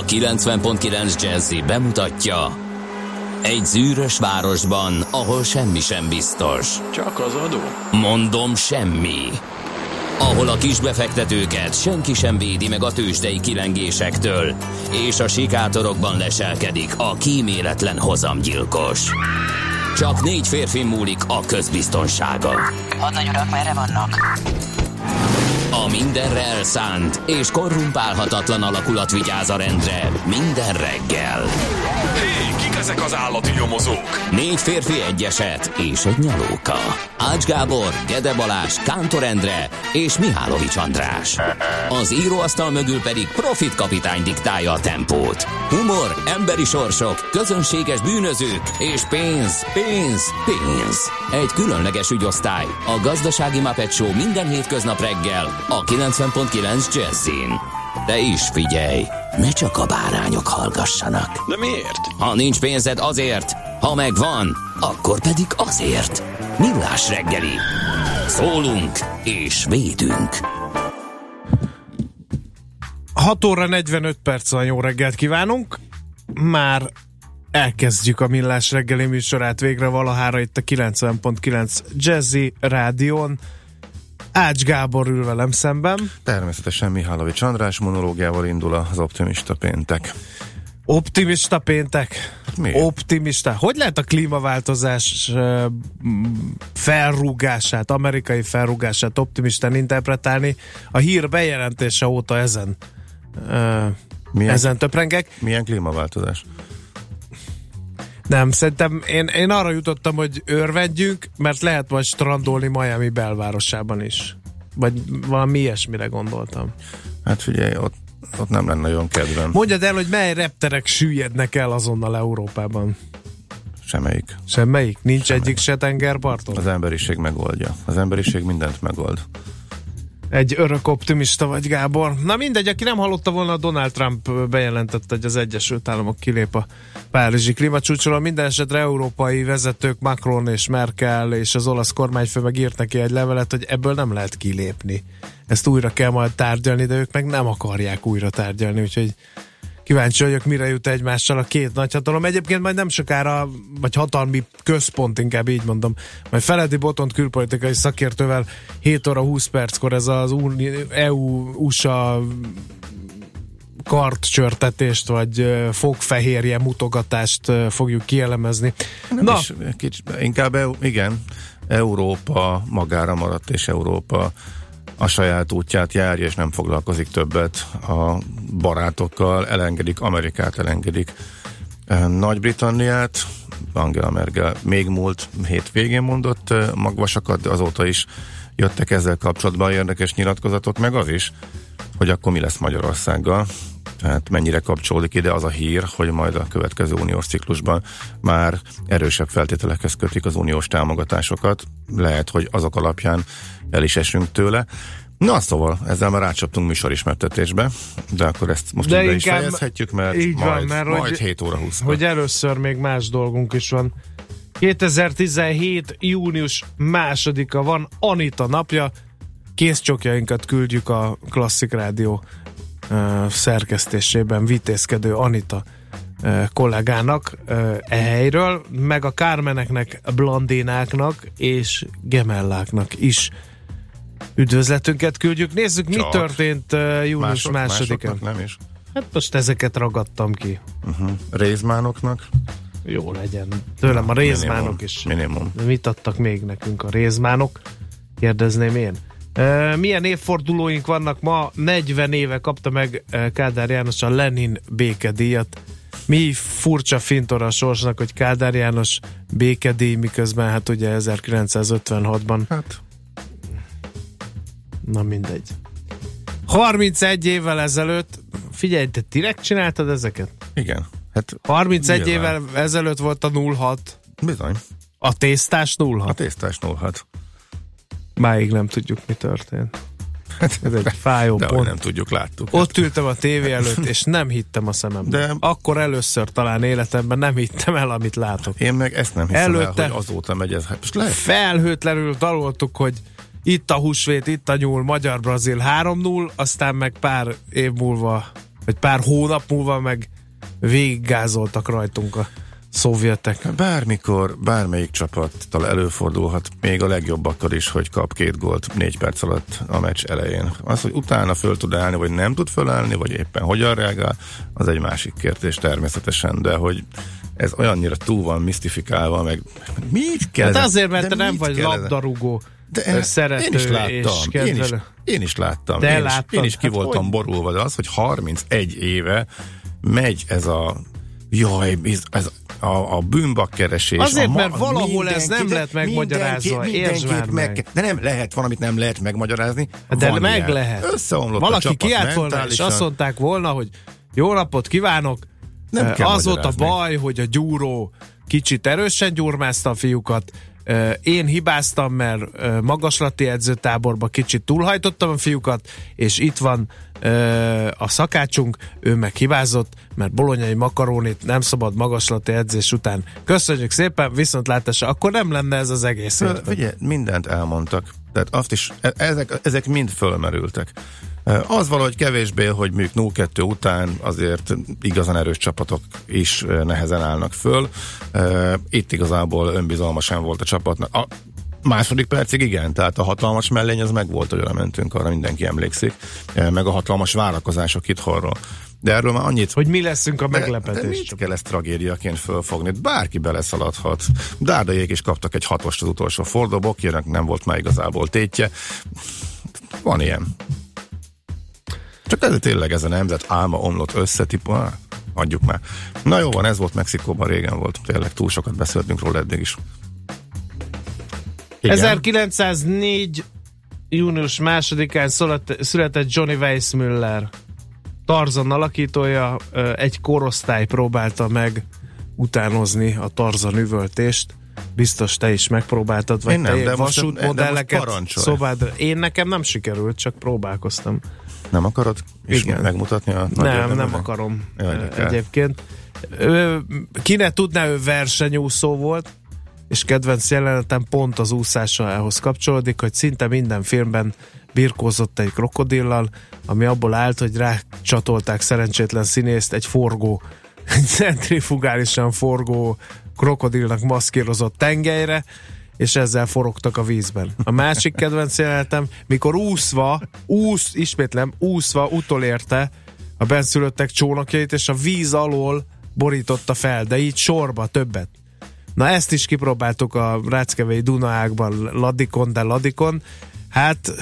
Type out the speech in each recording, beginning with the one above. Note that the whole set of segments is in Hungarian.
90.9 Jazzy bemutatja: egy zűrös városban, ahol semmi sem biztos. Csak az adó? Mondom, semmi. Ahol a kisbefektetőket senki sem védi meg a tőzsdei kilengésektől, és a sikátorokban leselkedik a kíméletlen hozamgyilkos. Csak 4 férfi múlik a közbiztonsága. Hadnagy urak, merre vannak? A mindenre elszánt és korrumpálhatatlan alakulat vigyáz a rendre minden reggel. Hé, kik ezek az állati nyomozók? 4 férfi, egy eset és egy nyalóka. Ács Gábor, Gede Balázs, Kántor Endre és Mihálovics András. Az íróasztal mögül pedig Profit kapitány diktálja a tempót. Humor, emberi sorsok, közönséges bűnözők és pénz, pénz, pénz. Egy különleges ügyosztály, a Gazdasági Muppet Show minden hétköznap reggel a 90.9 Jazzin. De is figyelj, ne csak a bárányok hallgassanak. De miért? Ha nincs pénzed, azért, ha megvan, akkor pedig azért. Millás reggeli. Szólunk és védünk. 6 óra 45 perc van, jó reggelt kívánunk. Már elkezdjük a Millás reggeli műsorát végre valahára itt a 90.9 Jazzy Rádión. Ács Gábor ül velem szemben. Természetesen Mihálovics András monológiával indul az optimista péntek. Optimista péntek? Miért? Optimista. Hogy lehet a klímaváltozás felrúgását, amerikai felrúgását optimistán interpretálni? A hír bejelentése óta ezen töprengek. Milyen klímaváltozás? Nem, szerintem én arra jutottam, hogy örvendjünk, mert lehet majd strandolni Miami belvárosában is. Vagy valami ilyesmire gondoltam. Hát figyelj, ott nem lenne nagyon kedvem. Mondjad el, hogy mely repterek süllyednek el azonnal Európában. Semmelyik. Semmelyik? Nincs egyik se tengerparton? Az emberiség megoldja. Az emberiség mindent megold. Egy örök optimista vagy, Gábor. Na mindegy, aki nem hallotta volna, Donald Trump bejelentette, hogy az Egyesült Államok kilép a párizsi klímacsúcsról. Minden esetre európai vezetők, Macron és Merkel és az olasz kormányfő meg írt neki egy levelet, hogy ebből nem lehet kilépni. Ezt újra kell majd tárgyalni, de ők meg nem akarják újra tárgyalni, úgyhogy kíváncsi vagyok, mire jut egymással a két nagyhatalom. Egyébként majd nem sokára, vagy hatalmi központ, inkább így mondom, majd Feledi Botont külpolitikai szakértővel 7 óra 20 perckor ez az EU-USA kartcsörtetést, vagy fogfehérje mutogatást fogjuk kielemezni. Inkább igen, Európa magára maradt, és Európa a saját útját járja, és nem foglalkozik többet a barátokkal, elengedik Amerikát, elengedik Nagy-Britanniát. Angela Merkel még múlt hétvégén mondott magvasakat, de azóta is jöttek ezzel kapcsolatban érdekes nyilatkozatok, meg az is, hogy akkor mi lesz Magyarországgal. Tehát mennyire kapcsolódik ide az a hír, hogy majd a következő uniós ciklusban már erősebb feltételekhez kötik az uniós támogatásokat. Lehet, hogy azok alapján el is esünk tőle. Na szóval, ezzel már rácsaptunk műsorismertetésbe, de akkor ezt most ide is fejezhetjük, mert majd 7 óra 20. Hogy először még más dolgunk is van. 2017. június 2-a van, Anita napja. Kézcsokjainkat küldjük a Klasszik Rádió szerkesztésében vitézkedő Anita kollégának helyről, meg a Kármeneknek, Blandináknak és Gemelláknak is üdvözletünket küldjük. Nézzük, mi történt június 2-án. Nem is. Hát most ezeket ragadtam ki. Rézmánoknak? Jó legyen. Tőlem a rézmánok is. Minimum. Mit adtak még nekünk a rézmánok? Kérdezném én. Milyen évfordulóink vannak ma? 40 éve kapta meg Kádár János a Lenin békedíjat. Mi furcsa fintora a sorsnak, hogy Kádár János békedíj, miközben hát ugye 1956-ban. Hát. Na mindegy. 31 évvel ezelőtt, figyelj, te direkt csináltad ezeket? Igen. Hát 31 évvel ezelőtt volt a 06. Bizony. A tésztás 06. A tésztás 06. Máig nem tudjuk, mi történt. Ez egy fájó de pont. Nem tudjuk, láttuk. Ott ültem a tévé előtt, és nem hittem a szemembe. De akkor először talán életemben nem hittem el, amit látok. Én meg ezt nem hiszem előtte el, hogy azóta megy ez. Felhőtlenül daloltuk, hogy itt a húsvét, itt a nyúl, Magyar-Brazil 3-0, aztán meg pár év múlva, hogy pár hónap múlva meg végiggázoltak rajtunk a szovjetek. Bármikor, bármelyik csapattal előfordulhat, még a legjobbakkor is, hogy kap 2 gólt 4 perc alatt a meccs elején. Az, hogy utána föl tud állni, vagy nem tud fölállni, vagy éppen hogyan reagál, az egy másik kérdés természetesen, de hogy ez olyannyira túl van misztifikálva, meg mit kell? Hát azért, mert te nem vagy labdarúgó szerető én is láttam, és kedvelő. Én is láttam. Én is ki voltam borulva, de az, hogy 31 éve megy ez a a bűnbakkeresés. Azért, mert valahol ez nem lehet megmagyarázva. De nem lehet, valamit nem lehet megmagyarázni. De meg ilyen. Lehet. Összeomlott valaki a csapat kiállt volna, és azt mondták volna, hogy jó napot kívánok, az volt a baj, hogy a gyúró kicsit erősen gyurmázta a fiúkat, én hibáztam, mert magaslati edzőtáborba kicsit túlhajtottam a fiúkat, és itt van a szakácsunk, ő meg hibázott, mert bolonyai makarónit nem szabad magaslati edzés után. Köszönjük szépen, viszontlátásra, akkor nem lenne ez az egész. Ugye, mindent elmondtak. Tehát azt is, ezek mind fölmerültek. Az valahogy kevésbé, hogy mondjuk 0-2 után azért igazán erős csapatok is nehezen állnak föl. Itt igazából önbizalma sem volt a csapatnak. A második percig igen, tehát a hatalmas mellény az megvolt, hogy oda mentünk, arra mindenki emlékszik, meg a hatalmas várakozások itthonról. De erről már annyit... Hogy mi leszünk a meglepetés. De mit kell ezt tragédiaként fölfogni? Bárki beleszaladhat. Dárdaiék is kaptak egy 6-ost az utolsó fordulóba, Bokinak nem volt már igazából tétje. Van ilyen. Csak ez tényleg ez a nemzet álma omlott össze, adjuk már. Na jó van, ez volt Mexikóban, régen volt. Tényleg túl sokat beszéltünk róla eddig is. Igen. 1904. június 2-án született Johnny Weissmuller. Tarzan alakítója, egy korosztály próbálta meg utánozni a Tarzan üvöltést. Biztos te is megpróbáltad, vagy te vasútmodelleket szobádra. Én nekem nem sikerült, csak próbálkoztam. Nem akarod is megmutatni a nem akarom. Egyébként. Ki ne tudná, ő versenyúszó volt, és kedvenc jelenetem pont az úszásához kapcsolódik, hogy szinte minden filmben birkózott egy krokodillal, ami abból állt, hogy rácsatolták szerencsétlen színészt egy centrifugálisan forgó krokodilnak maszkírozott tengelyre, és ezzel forogtak a vízben. A másik kedvenc jelenetem, mikor úszva utolérte a benszülöttek csónakjait, és a víz alól borította fel, de így sorba többet. Na ezt is kipróbáltuk a Ráckevei Dunaágban Ladikon. Hát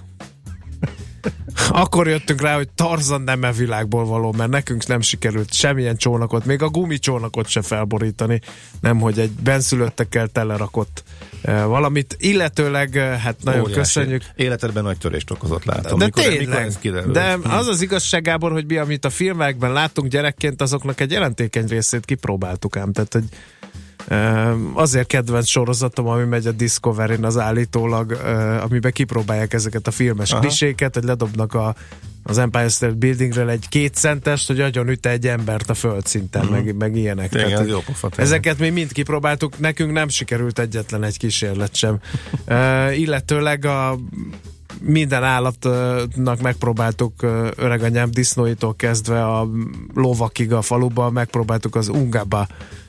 akkor jöttünk rá, hogy Tarzan nem e világból való, mert nekünk nem sikerült semmilyen csónakot, még a gumicsónakot se felborítani, nemhogy egy benszülöttekkel telerakott valamit, illetőleg hát nagyon óriási. Köszönjük. Életedben nagy törést okozott, látom. De tényleg, de az az igazság, Gábor, hogy mi, amit a filmekben láttunk gyerekként, azoknak egy jelentékeny részét kipróbáltuk ám, tehát hogy azért kedvenc sorozatom, ami megy a Discovery-n, az állítólag, amiben kipróbálják ezeket a filmes kliséket, hogy ledobnak az Empire State Buildingről egy 2 centest, hogy agyon egy embert a földszinten, meg ilyenek. Igen, tehát, ezeket mi mind kipróbáltuk, nekünk nem sikerült egyetlen egy kísérlet sem. Illetőleg minden állatnak megpróbáltuk, öreganyám disznóitól kezdve a lovakig a faluban, megpróbáltuk az Ungaba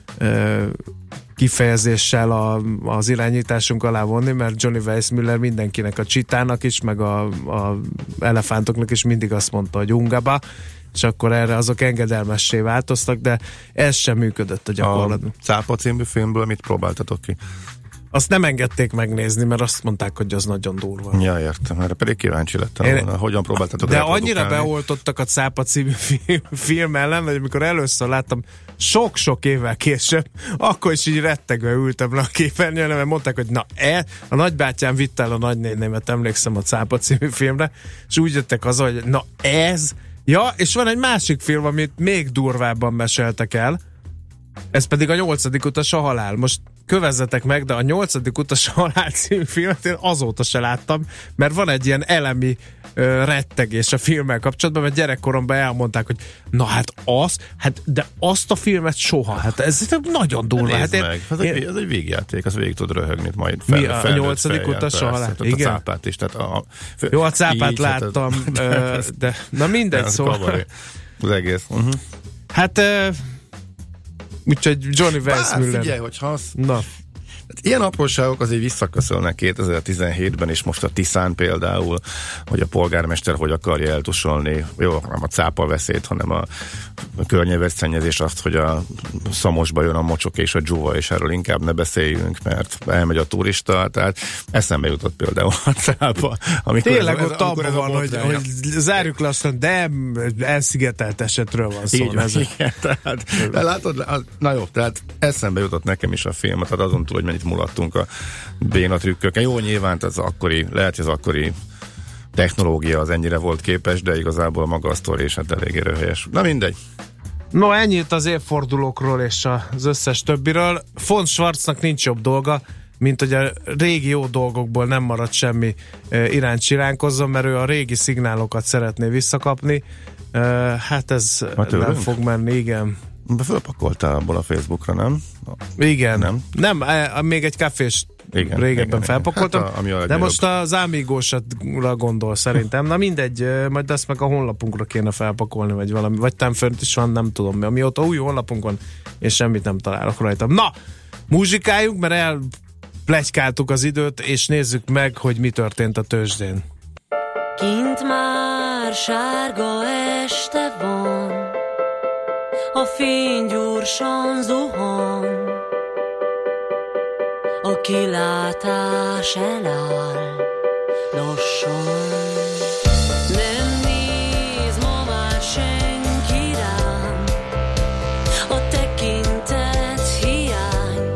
kifejezéssel az irányításunk alá vonni, mert Johnny Weissmuller mindenkinek, a csitának is, meg a elefántoknak is mindig azt mondta, hogy Ungaba, és akkor erre azok engedelmessé változtak, de ez sem működött a gyakorlatban. A Cápa című filmből mit próbáltatok ki? Azt nem engedték megnézni, mert azt mondták, hogy az nagyon durva. Ja, értem, erre pedig kíváncsi lettem volna. Hogyan próbáltatok? De annyira beoltottak a Cápa című film ellen, hogy amikor először láttam, sok-sok évvel később, akkor is így rettegve ültem le a képernyőn, mert mondták, hogy a nagybátyám vitt el a nagynénémet, emlékszem, a Cápa című filmre, és úgy jöttek az, hogy ez. Ja, és van egy másik film, amit még durvábban meséltek el, ez pedig a 8. utas a halál. Most kövezzetek meg, de a 8. utas a halál című filmet én azóta se láttam, mert van egy ilyen elemi rettegés a filmmel kapcsolatban, mert gyerekkoromban elmondták, hogy de azt a filmet soha, hát ez nagyon durva. Hát ez egy végjáték, az végig tud röhögni majd. A 8. utas a halál? Igen. A Cápát is. Jó, a Cápát láttam, de na mindegy, szóval. az egész. Hát úgyhogy Johnny Weissmuller. Figyelj, hogyha Na. Ilyen apróságok azért visszaköszönnek 2017-ben, és most a Tiszán például, hogy a polgármester hogy akarja eltusolni, jó, nem a cápa veszélyt, hanem a környezetszennyezés, azt, hogy a Szamosba jön a mocsok és a dzsuva, és erről inkább ne beszéljünk, mert elmegy a turista, tehát eszembe jutott például a cápa. Tényleg ott abban van, hogy zárjuk le azt, de elszigetelt esetről van szó. Igen, tehát, de látod, na jó, tehát eszembe jutott nekem is a film, tehát azon túl, hogy mennyit mulattunk a béna trükköken. Jó, nyilván az akkori, lehet, hogy az akkori technológia az ennyire volt képes, de igazából maga a sztori is hát eléggé röhelyes. Na mindegy. No, ennyit az évfordulókról és az összes többiről. Von Schwarznak nincs jobb dolga, mint hogy a régi jó dolgokból nem marad semmi iránt csiránkozzon, mert ő a régi szignálokat szeretné visszakapni. Hát ez nem fog menni, igen. Fölpakoltál abból a Facebookra, nem? Igen. Nem, még egy kafés régebben felpakoltam, hát de most az Amigosra gondol szerintem. Na mindegy, majd ezt meg a honlapunkra kéne felpakolni, vagy valami, vagy tám fönt is van, nem tudom mi. Amióta új honlapunk van, és semmit nem találok rajta. Na, muzsikáljunk, mert elpletykáltuk az időt, és nézzük meg, hogy mi történt a tőzsdén. Kint már sárga este van, a fény gyorsan zuhan, a kilátás eláll lassan. Nem néz ma már senki rám, a tekintet hiány.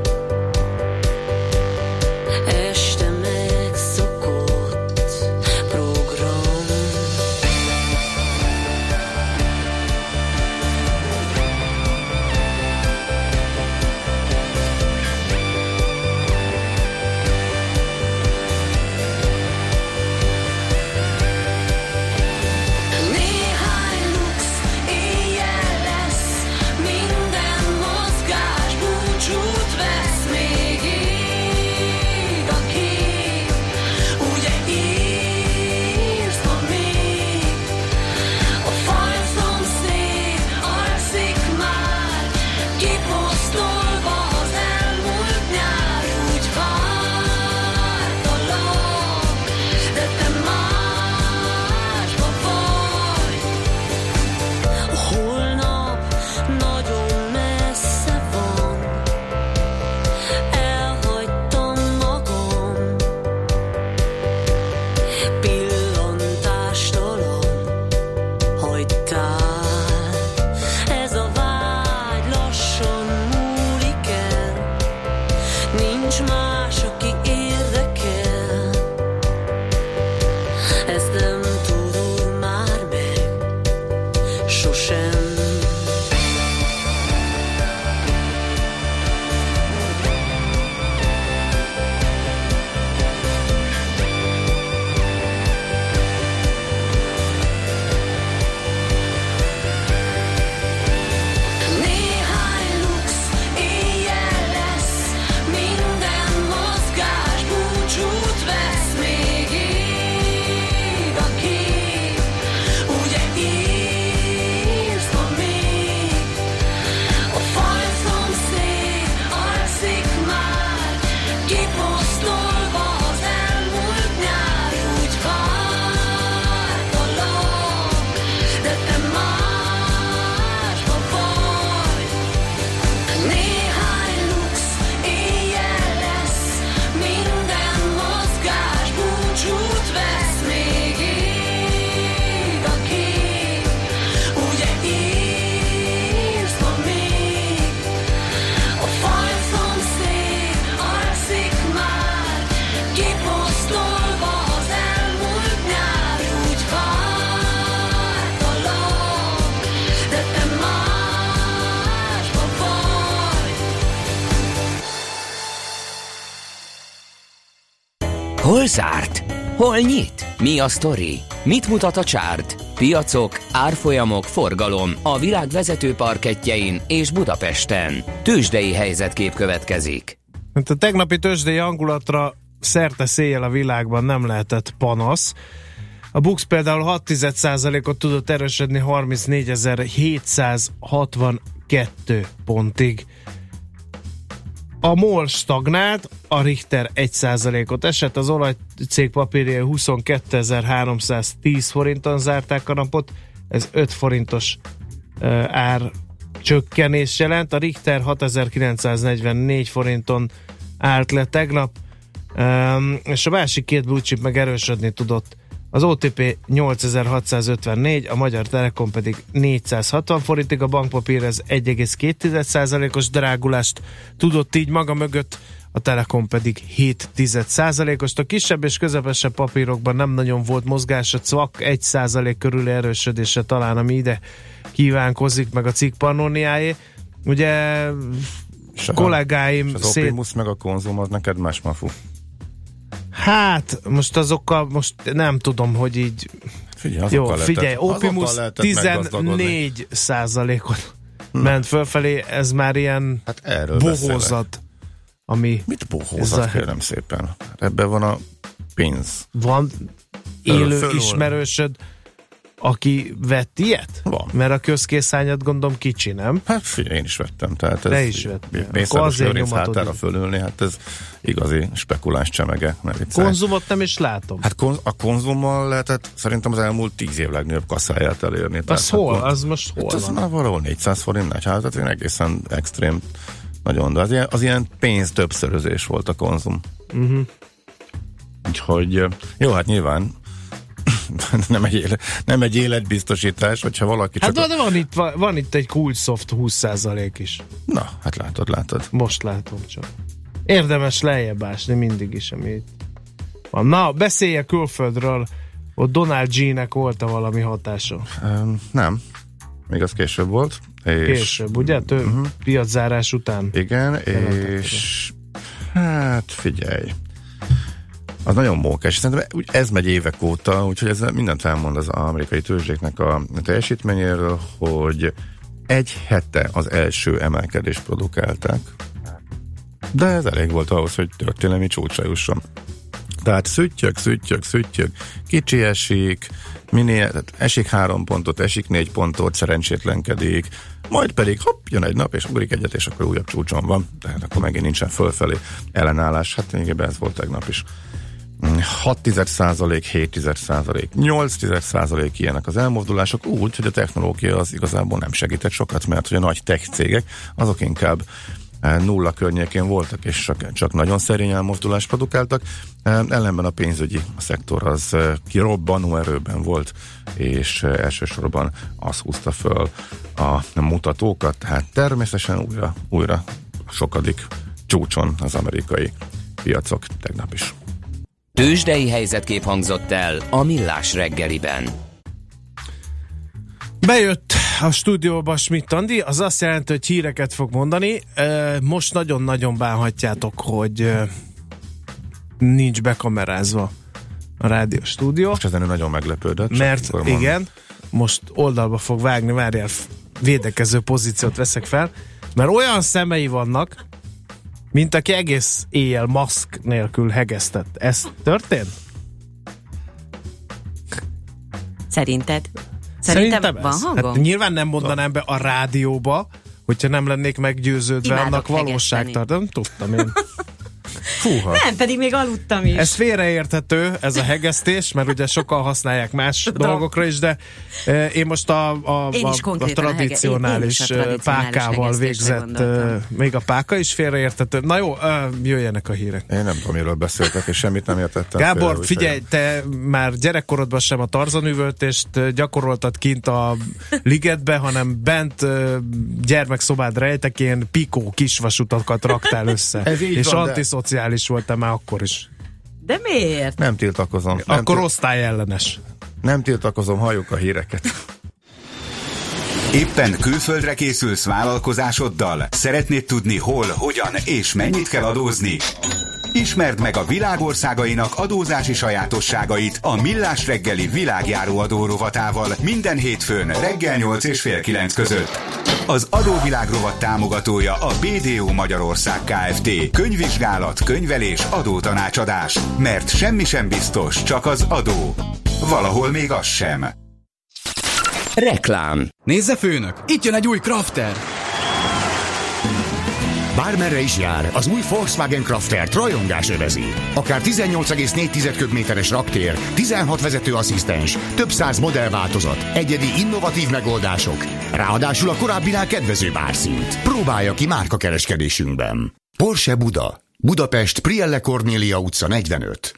Este megszokott program. Hol zárt? Hol nyit? Mi a sztori? Mit mutat a csárt? Piacok, árfolyamok, forgalom a világ vezető parkettjein és Budapesten. Tőzsdei helyzetkép következik. Hát a tegnapi tőzsdei hangulatra szerte széjjel a világban nem lehetett panasz. A Bux például 6,1%-ot tudott erősödni 34.762 pontig. A MOL stagnált, a Richter 1%-ot esett, az olajcég papírjai 22.310 forinton zárták a napot, ez 5 forintos ár csökkenés jelent, a Richter 6.944 forinton állt le tegnap, és a másik két blue chip meg erősödni tudott. Az OTP 8654, a Magyar Telekom pedig 460 forintig, a bankpapír ez 1,2%-os drágulást tudott így maga mögött, a Telekom pedig 7,1%-ost. A kisebb és közepesebb papírokban nem nagyon volt mozgás, a CVAK 1% körüli erősödése talán, ami ide kívánkozik, meg a cikk Pannoniáé. Ugye kollégáim... És az Opimus meg a Konzum az neked más mafu. Hát, most azokkal, most nem tudom, hogy így... Figyelj, Opimus 14%-ot ment fölfelé, ez már ilyen bohózat. Ami mit bohózat, kérem szépen? Ebben van a pénz. Van élő ismerősöd, aki vett ilyet? Van. Mert a közkészányat gondolom kicsi, nem? Hát figyelj, én is vettem. Tehát te is vettem. Mészáros Lőrinc hátára fölülni, hát ez igazi spekuláns csemege. Konzumot nem is látom. Hát a Konzummal lehetett szerintem az elmúlt 10 év legnagyobb kasszáját elérni. Az hol? Az most hol hát van? Az már valahol 400 forint, hát ez egészen extrém. Nagyon, de az ilyen pénz többszörözés volt a Konzum. Úgyhogy jó, hát nyilván nem egy életbiztosítás, hogyha valaki csak... Hát de van itt egy Coolsoft 20% is. Na, hát látod. Most látom csak. Érdemes lejjebb ásni mindig is, ami itt van. Na, beszélje külföldről, ott Donald G-nek volt-e valami hatása? Nem. Még az később volt. Később, ugye? Piaczárás után. Igen, és hát figyelj. Az nagyon mókás. Szerintem ez megy évek óta, úgyhogy ez mindent elmond az amerikai tőzsdéknek a teljesítményéről, hogy egy hete az első emelkedést produkálták, de ez elég volt ahhoz, hogy történelmi csúcsra jusson. Tehát szüttyög, kicsi esik, esik 3 pontot, esik 4 pontot, szerencsétlenkedik, majd pedig hopp, jön egy nap, és ugrik egyet, és akkor újabb csúcson van, tehát akkor megint nincsen fölfelé ellenállás, hát lényegében ez volt tegnap is. 6,1%, 7,1%, 8,1% ilyenek az elmozdulások, úgy, hogy a technológia az igazából nem segített sokat, mert hogy a nagy tech cégek, azok inkább nulla környékén voltak, és csak nagyon szerény elmozdulást produkáltak. Ellenben a pénzügyi szektor az kirobbanó erőben volt, és elsősorban az húzta föl a mutatókat, tehát természetesen újra sokadik csúcson az amerikai piacok tegnap is. Tőzsdei helyzetkép hangzott el a Millás reggeliben. Bejött a stúdióba Schmidt Andi, az azt jelenti, hogy híreket fog mondani. Most nagyon-nagyon bánhatjátok, hogy nincs bekamerázva a rádió stúdió. Most ezen nagyon meglepődött. Mert igen, most oldalba fog vágni, várjál, védekező pozíciót veszek fel, mert olyan szemei vannak, mint aki egész éjjel maszk nélkül hegesztett. Ez történt? Szerinted? Szerintem van hangom? Hát nyilván nem mondanám be a rádióba, hogyha nem lennék meggyőződve annak valóságtartalma. Tudtam én. Fúha. Nem, pedig még aludtam is. Ez félreérthető, ez a hegesztés, mert ugye sokan használják más dolgokra is, de én most a tradicionális pákával végzett, még a páka is félreérthető. Na jó, jöjjenek a hírek. Én nem tudom, miről beszéltek, és semmit nem értettem. Gábor, figyelj, te már gyerekkorodban sem a tarzanüvöltést gyakoroltad kint a ligetbe, hanem bent gyermekszobád rejtekén pikó kisvasutakat raktál össze. És antiszociális voltam már akkor is. De miért? Nem tiltakozom. Akkor osztályellenes. Nem tiltakozom, halljuk a híreket. Éppen külföldre készülsz vállalkozásoddal? Szeretnéd tudni hol, hogyan és mennyit kell adózni? Ismerd meg a világországainak adózási sajátosságait a Millás reggeli világjáró adó rovatával minden hétfőn reggel 8 és fél 9 között. Az adóvilág rovat támogatója a BDO Magyarország Kft. Könyvvizsgálat, könyvelés, adótanácsadás. Mert semmi sem biztos, csak az adó. valahol még az sem. Reklám. Nézze, főnök, itt jön egy új Crafter. Bármerre is jár, az új Volkswagen Craftert rajongás övezi. Akár 18,4 köbméteres raktér, 16 vezetőasszisztens, több száz modellváltozat, egyedi innovatív megoldások. Ráadásul a korábbinál kedvezőbb árszint. Próbálja ki márkakereskedésünkben. Porsche Buda. Budapest, Prielle Kornélia utca 45.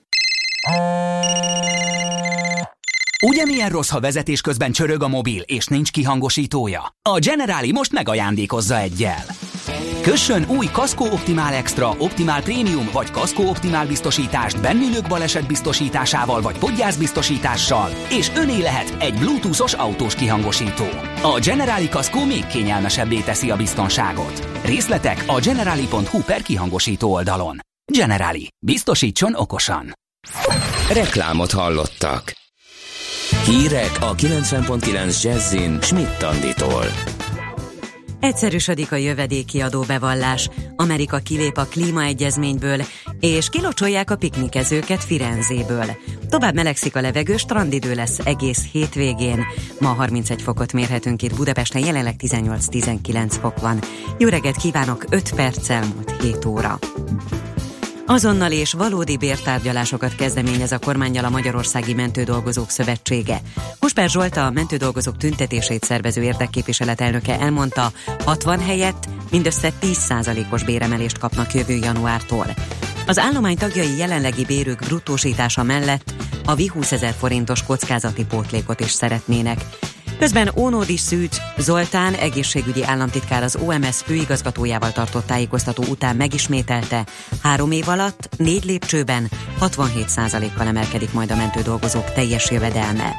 Ugye milyen rossz, ha vezetés közben csörög a mobil, és nincs kihangosítója? A Generali most megajándékozza eggyel. Kössön új Kasko Optimál Extra, Optimál Prémium vagy Kasko Optimál biztosítást bennülők baleset biztosításával vagy podgyászbiztosítással, és öné lehet egy bluetoothos autós kihangosító. A Generali Kasko még kényelmesebbé teszi a biztonságot. Részletek a generali.hu/kihangosító oldalon. Generali. Biztosítson okosan. Reklámot hallottak. Hírek a 90.9 Jazzin Schmidt Anditól. Egyszerűsödik a jövedéki adóbevallás, Amerika kilép a klímaegyezményből, és kilocsolják a piknikezőket Firenzéből. Tovább melegszik a levegő, strandidő lesz egész hétvégén. Ma 31 fokot mérhetünk itt Budapesten, jelenleg 18-19 fok van. Jó reggelt kívánok, 5 perccel múlt 7 óra. Azonnal és valódi bértárgyalásokat kezdeményez a kormánnyal a Magyarországi Mentődolgozók Szövetsége. Kusper Zsolt, a mentődolgozók tüntetését szervező érdekképviselet elnöke elmondta, 60 helyett mindössze 10%-os béremelést kapnak jövő januártól. Az állomány tagjai jelenlegi bérük bruttósítása mellett havi 20 000 forintos kockázati pótlékot is szeretnének. Közben Ónódi Szűcs Zoltán egészségügyi államtitkár az OMS főigazgatójával tartott tájékoztató után megismételte, 3 év alatt 4 lépcsőben 67%-kal emelkedik majd a mentődolgozók teljes jövedelme.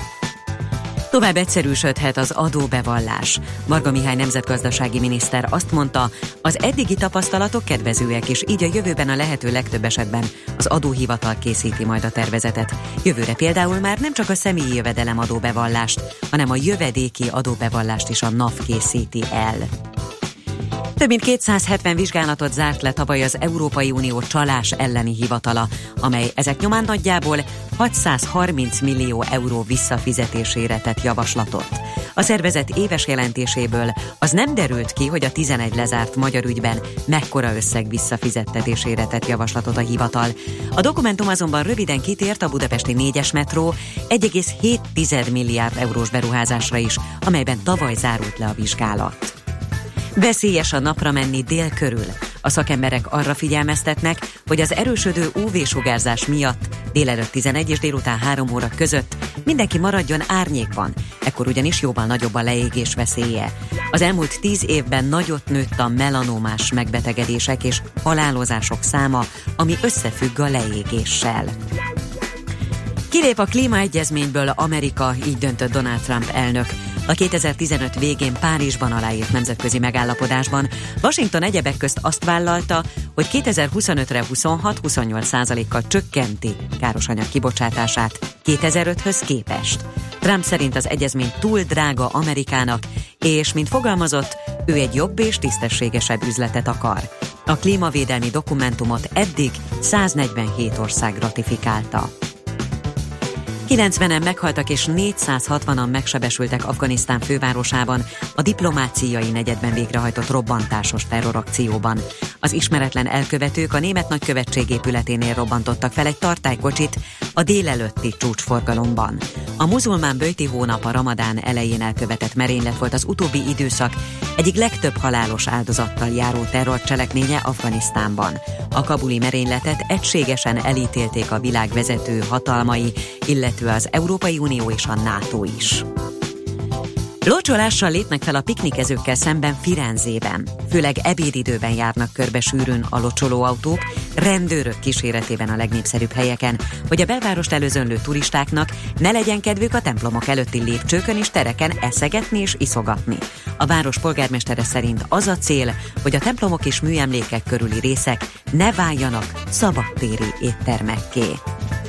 Tovább egyszerűsödhet az adóbevallás. Varga Mihály nemzetgazdasági miniszter azt mondta, az eddigi tapasztalatok kedvezőek, és így a jövőben a lehető legtöbb esetben az adóhivatal készíti majd a tervezetet. Jövőre például már nem csak a személyi jövedelem adóbevallást, hanem a jövedéki adóbevallást is a NAV készíti el. Több mint 270 vizsgálatot zárt le tavaly az Európai Unió csalás elleni hivatala, amely ezek nyomán nagyjából 630 millió euró visszafizetésére tett javaslatot. A szervezet éves jelentéséből az nem derült ki, hogy a 11 lezárt magyar ügyben mekkora összeg visszafizettetésére tett javaslatot a hivatal. A dokumentum azonban röviden kitért a budapesti 4-es metró 1,7 milliárd eurós beruházásra is, amelyben tavaly zárult le a vizsgálat. Veszélyes a napra menni dél körül. A szakemberek arra figyelmeztetnek, hogy az erősödő UV-sugárzás miatt délelőtt 11 és délután 3 óra között mindenki maradjon árnyékban, ekkor ugyanis jóval nagyobb a leégés veszélye. Az elmúlt 10 évben nagyot nőtt a melanomás megbetegedések és halálozások száma, ami összefügg a leégéssel. Kilép a klímaegyezményből Amerika, így döntött Donald Trump elnök. A 2015 végén Párizsban aláírt nemzetközi megállapodásban Washington egyebek közt azt vállalta, hogy 2025-re 26-28%-kal csökkenti károsanyag kibocsátását 2005-höz képest. Trump szerint az egyezmény túl drága Amerikának, és mint fogalmazott, ő egy jobb és tisztességesebb üzletet akar. A klímavédelmi dokumentumot eddig 147 ország ratifikálta. 90-en meghaltak és 460-an megsebesültek Afganisztán fővárosában a diplomáciai negyedben végrehajtott robbantásos terrorakcióban. Az ismeretlen elkövetők a német nagykövetség épületénél robbantottak fel egy tartálykocsit a délelőtti csúcsforgalomban. A muzulmán böjti hónap, a ramadán elején elkövetett merénylet volt az utóbbi időszak egyik legtöbb halálos áldozattal járó terrorcselekménye Afganisztánban. A kabuli merényletet egységesen elítélték a világ vezető hatalmai, illetve az Európai Unió és a NATO is. Locsolással lépnek fel a piknikezőkkel szemben Firenzében. Főleg ebédidőben járnak körbe sűrűn a locsolóautók, rendőrök kíséretében a legnépszerűbb helyeken, hogy a belvárost előzönlő turistáknak ne legyen kedvük a templomok előtti lépcsőkön és tereken eszegetni és iszogatni. A város polgármestere szerint az a cél, hogy a templomok és műemlékek körüli részek ne váljanak szabadtéri éttermekké.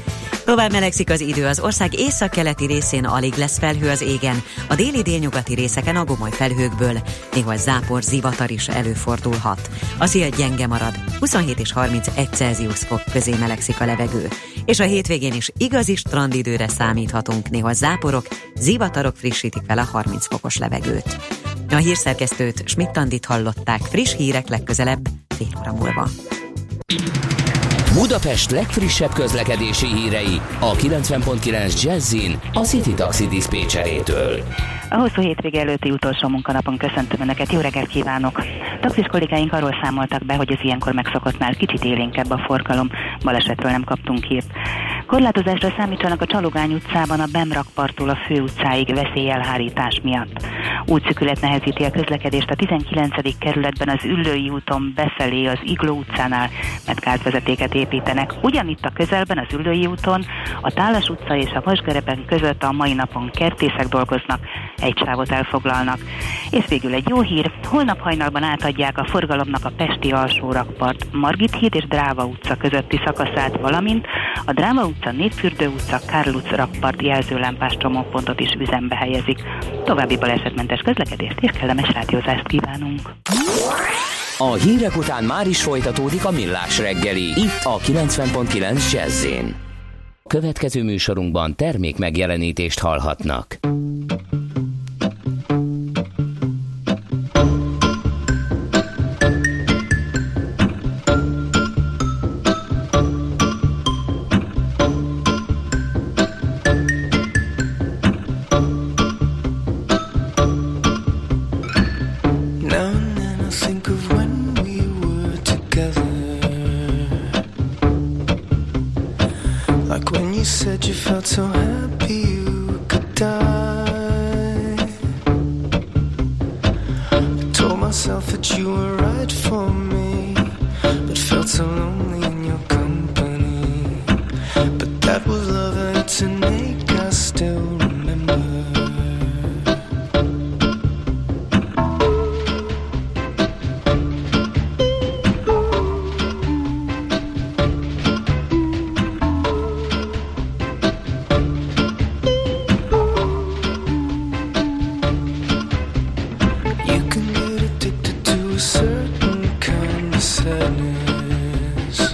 Tovább melegszik az idő, az ország északkeleti részén alig lesz felhő az égen, a déli délnyugati részeken a gomoly felhőkből néhol zápor, zivatar is előfordulhat. A szél gyenge marad, 27 és 31 Celsius fok közé melegszik a levegő. És a hétvégén is igazi strandidőre számíthatunk, néhol záporok, zivatarok frissítik fel a 30 fokos levegőt. A hírszerkesztőt, Schmidt-Andit hallották, friss hírek legközelebb fél óra múlva. Budapest legfrissebb közlekedési hírei a 90.9 Jazzin a City Taxi diszpécserétől. A hosszú hétvége előtti utolsó munkanapon köszöntöm Önöket, jó reggelt kívánok! Taxis kollégáink arról számoltak be, hogy az ilyenkor megszokottnál kicsit élénkebb a forgalom, balesetről nem kaptunk hírt. Korlátozásra számítsanak a Csalogány utcában a Bemrakparttól a főutcáig veszélyelhárítás miatt. Útszűkület nehezíti a közlekedést a 19. kerületben az Üllői úton befelé az Igló utcánál, mert gázvezetéket építenek. Ugyanitt a közelben az Üllői úton, a Tálas utca és a Vasgerepen között a mai napon kertészek dolgoznak, egy sávot elfoglalnak. És végül egy jó hír, holnap hajnalban átadják a forgalomnak a pesti alsórakpart, Margit híd és Dráva utca közötti szakaszát, valamint a Dráva utca, Népfürdő utca, Kárl utca rakpart jelzőlámpás csomópontot is üzembe helyezik. További balesetmentes közlekedést és kellemes rádiózást kívánunk. A hírek után már is folytatódik a Millás reggeli, itt a 90.9 Jazz-én. Következő műsorunkban termék megjelenítést hallhatnak. So happy you could die. I told myself that you were right for me, but felt so lonely in your company. But that was love and it's an ache I still remember. Sadness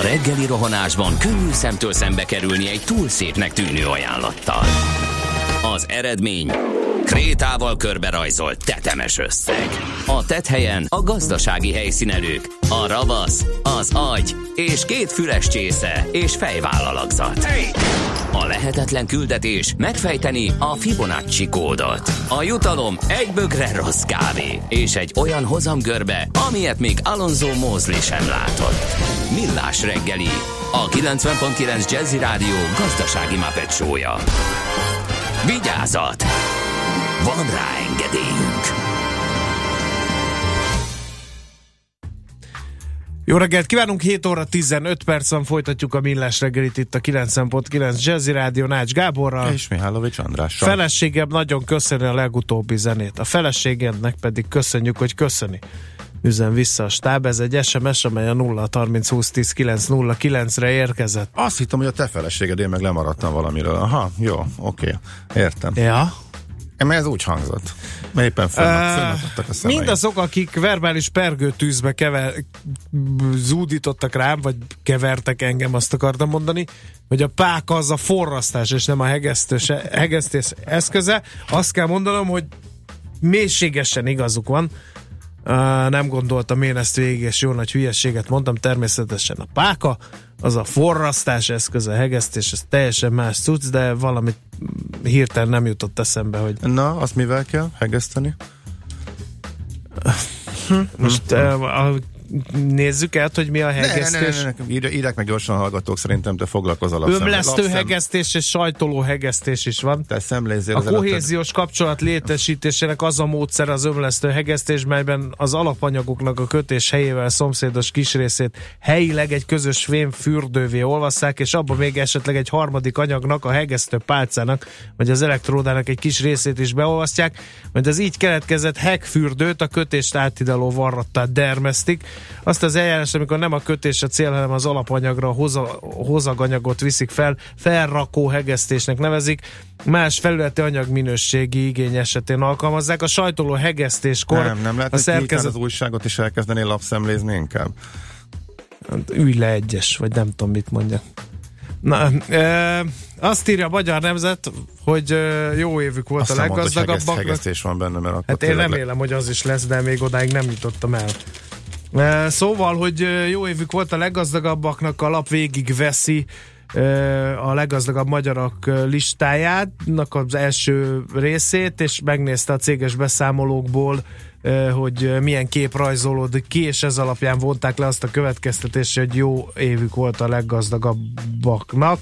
reggeli rohanásban könnyű szemtől szembe kerülni egy túl szépnek tűnő ajánlattal. Az eredmény... krétával körberajzolt tetemes összeg. A tetthelyen a gazdasági helyszínelők, a ravasz, az agy és 2 füles csésze és fejvállalakzat. A lehetetlen küldetés megfejteni a Fibonacci kódot. A jutalom egy bögre rossz kávé és egy olyan hozamgörbe, amilyet még Alonso Mosley sem látott. Millás reggeli, a 90.9 Jazzy Rádió gazdasági Muppet show-ja. Vigyázat! Van rá engedélyünk! Jó reggelt kívánunk, 7 óra 15 percen folytatjuk a Millás reggelit itt a 90.9 Jazzy Rádió Nács Gáborral. És Mihálovics Andrással. Feleségem nagyon köszöni a legutóbbi zenét. A feleségemnek pedig köszönjük, hogy köszöni. Üzen vissza a stáb, ez egy SMS, amely a 0-30-20-10-9-09-re érkezett. Azt hittem, hogy a te feleséged, én meg lemaradtam valamiről. Aha, jó, oké, értem. Ja. Mert ez úgy hangzott. Mert éppen fönnadottak a szemeim. Mindazok, akik verbális pergőtűzbe zúdítottak rám, vagy kevertek engem, azt akartam mondani, hogy a páka az a forrasztás, és nem a hegesztés eszköze. Azt kell mondanom, hogy mélységesen igazuk van. Nem gondoltam én ezt végig, és jó nagy hülyeséget mondtam. Természetesen a páka az a forrasztás eszköze, a hegesztés, ez teljesen más cucc, de valamit hirtelen nem jutott eszembe, hogy... Na, azt mivel kell hegeszteni? Most nézzük át, hogy mi a hegesztés. Írják meg gyorsan a hallgatók, szerintem te foglalkozol a ömlesztő hegesztés és sajtoló hegesztés is van. Te szemlézzél a kohéziós kapcsolat létesítésének az a módszer az ömlesztő hegesztés, melyben az alapanyagoknak a kötés helyével szomszédos kisrészét helyileg egy közös fém fürdővé olvasszák, és abban még esetleg egy harmadik anyagnak, a hegesztő pálcának, vagy az elektródának egy kis részét is beolvasztják, majd az így keletkezett hegfürdőt a kötést átidaló varrattal dermesztik. Azt az eljárás, amikor nem a kötés a cél, hanem az alapanyagra a hozaganyagot viszik fel, felrakó hegesztésnek nevezik. Más felületi anyagminőségi igény esetén alkalmazzák. A sajtoló hegesztéskor nem lehet, hogy szerkezet... az újságot is elkezdenél lapszemlézni inkább? Ülj le egyes, vagy nem tudom mit mondjak. Na, azt írja a Magyar Nemzet, hogy jó évük volt azt a leggazdagabbak. Hegesztés van benne, mert hát én remélem, hogy az is lesz, de még odáig nem jutottam el. Szóval, hogy jó évük volt a leggazdagabbaknak, a lap végig veszi a leggazdagabb magyarok listájának az első részét, és megnézte a céges beszámolókból, hogy milyen kép rajzolódik ki, és ez alapján vonták le azt a következtetést, hogy jó évük volt a leggazdagabbaknak.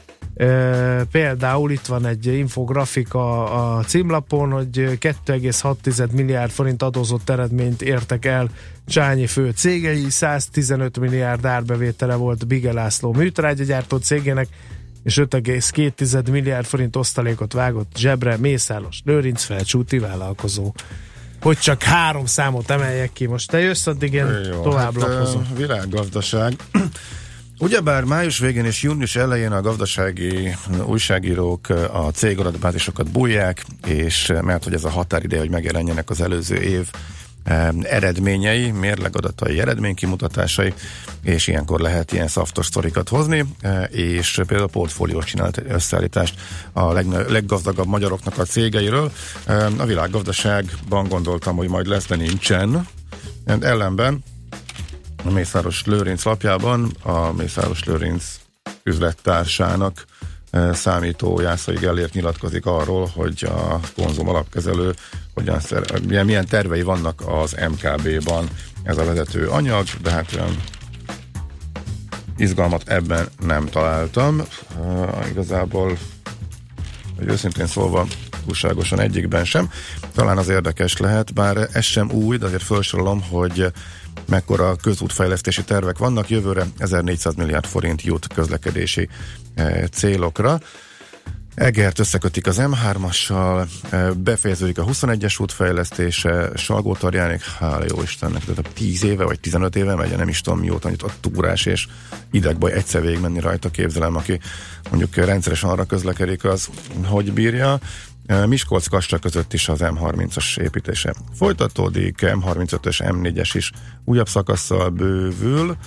Például itt van egy infografika a címlapon, hogy 2,6 milliárd forint adózott eredményt értek el Csányi fő cégei, 115 milliárd árbevétele volt Bige László műtrágyagyártó cégének, és 5,2 milliárd forint osztalékot vágott zsebre Mészáros Lőrinc felcsúti vállalkozó. Hogy csak 3 számot emeljek ki. Most te jössz, addig én tovább lapozom. Világgazdaság. Ugyebár május végén és június elején a gazdasági újságírók a cégadatbázisokat bújják, és mert hogy ez a határideje, hogy megjelenjenek az előző év eredményei, mérlegadatai, eredménykimutatásai, és ilyenkor lehet ilyen szaftos sztorikat hozni, és például a Portfólió csinált összeállítást a leggazdagabb magyaroknak a cégeiről. A világgazdaságban gondoltam, hogy majd lesz, de nincsen. Ellenben a Mészáros Lőrinc lapjában a Mészáros Lőrinc üzlettársának számító Jászai Gellért nyilatkozik arról, hogy a Konzum alapkezelő milyen tervei vannak az MKB-ban ez a vezető anyag, de hát izgalmat ebben nem találtam. Igazából, hogy őszintén szólva, túlságosan egyikben sem. Talán az érdekes lehet, bár ez sem új, de azért felsorolom, hogy mekkora közútfejlesztési tervek vannak. Jövőre 1400 milliárd forint jut közlekedési célokra. Egert összekötik az M3-assal, befejeződik a 21-es útfejlesztése, Salgótarjánig, hála jó Istennek, tehát 10 éve vagy 15 éve megy, nem is tudom mióta a túrás és idegbaj egyszer végigmenni rajta, képzelem, aki mondjuk rendszeresen arra közlekedik, az hogy bírja. Miskolc-Kassa között is az M30-as építése folytatódik, M35-ös, M4-es is újabb szakasszal bővül,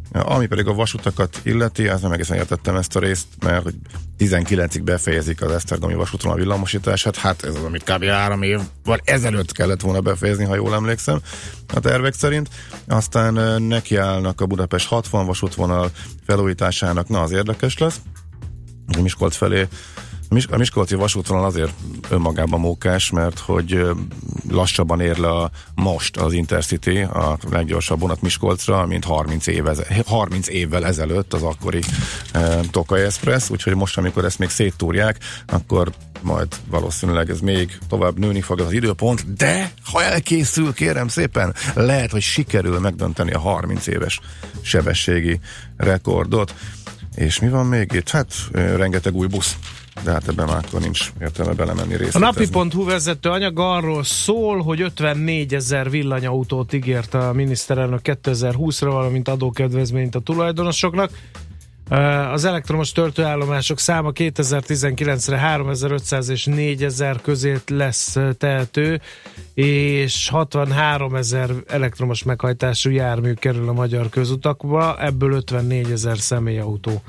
Ami pedig a vasutakat illeti, az nem egészen értettem ezt a részt, mert hogy 19-ig befejezik az esztergomi vasúton a villamosítását, hát ez az, amit kb. 3 évvel ezelőtt kellett volna befejezni, ha jól emlékszem a tervek szerint. Aztán nekiállnak a Budapest 60 vasútvonal felújításának, na az érdekes lesz. A Miskolc felé a miskolci vasútvonal azért önmagában mókás, mert hogy lassabban ér le most az Intercity, a leggyorsabb vonat Miskolcra, mint 30 évvel ezelőtt az akkori Tokaj Express, úgyhogy most, amikor ezt még széttúrják, akkor majd valószínűleg ez még tovább nőni fog az időpont, de ha elkészül, kérem szépen, lehet, hogy sikerül megdönteni a 30 éves sebességi rekordot. És mi van még itt? Hát rengeteg új busz. De hát ebben már akkor nincs értelme belemenni részletezni. A napi.hu vezető anyag arról szól, hogy 54 000 villanyautót ígért a miniszterelnök 2020-ra, valamint adókedvezményt a tulajdonosoknak. Az elektromos töltőállomások száma 2019-re 3500 és 4000 közé lesz tehető, és 63 000 elektromos meghajtású jármű kerül a magyar közutakba, ebből 54 000 személyautó.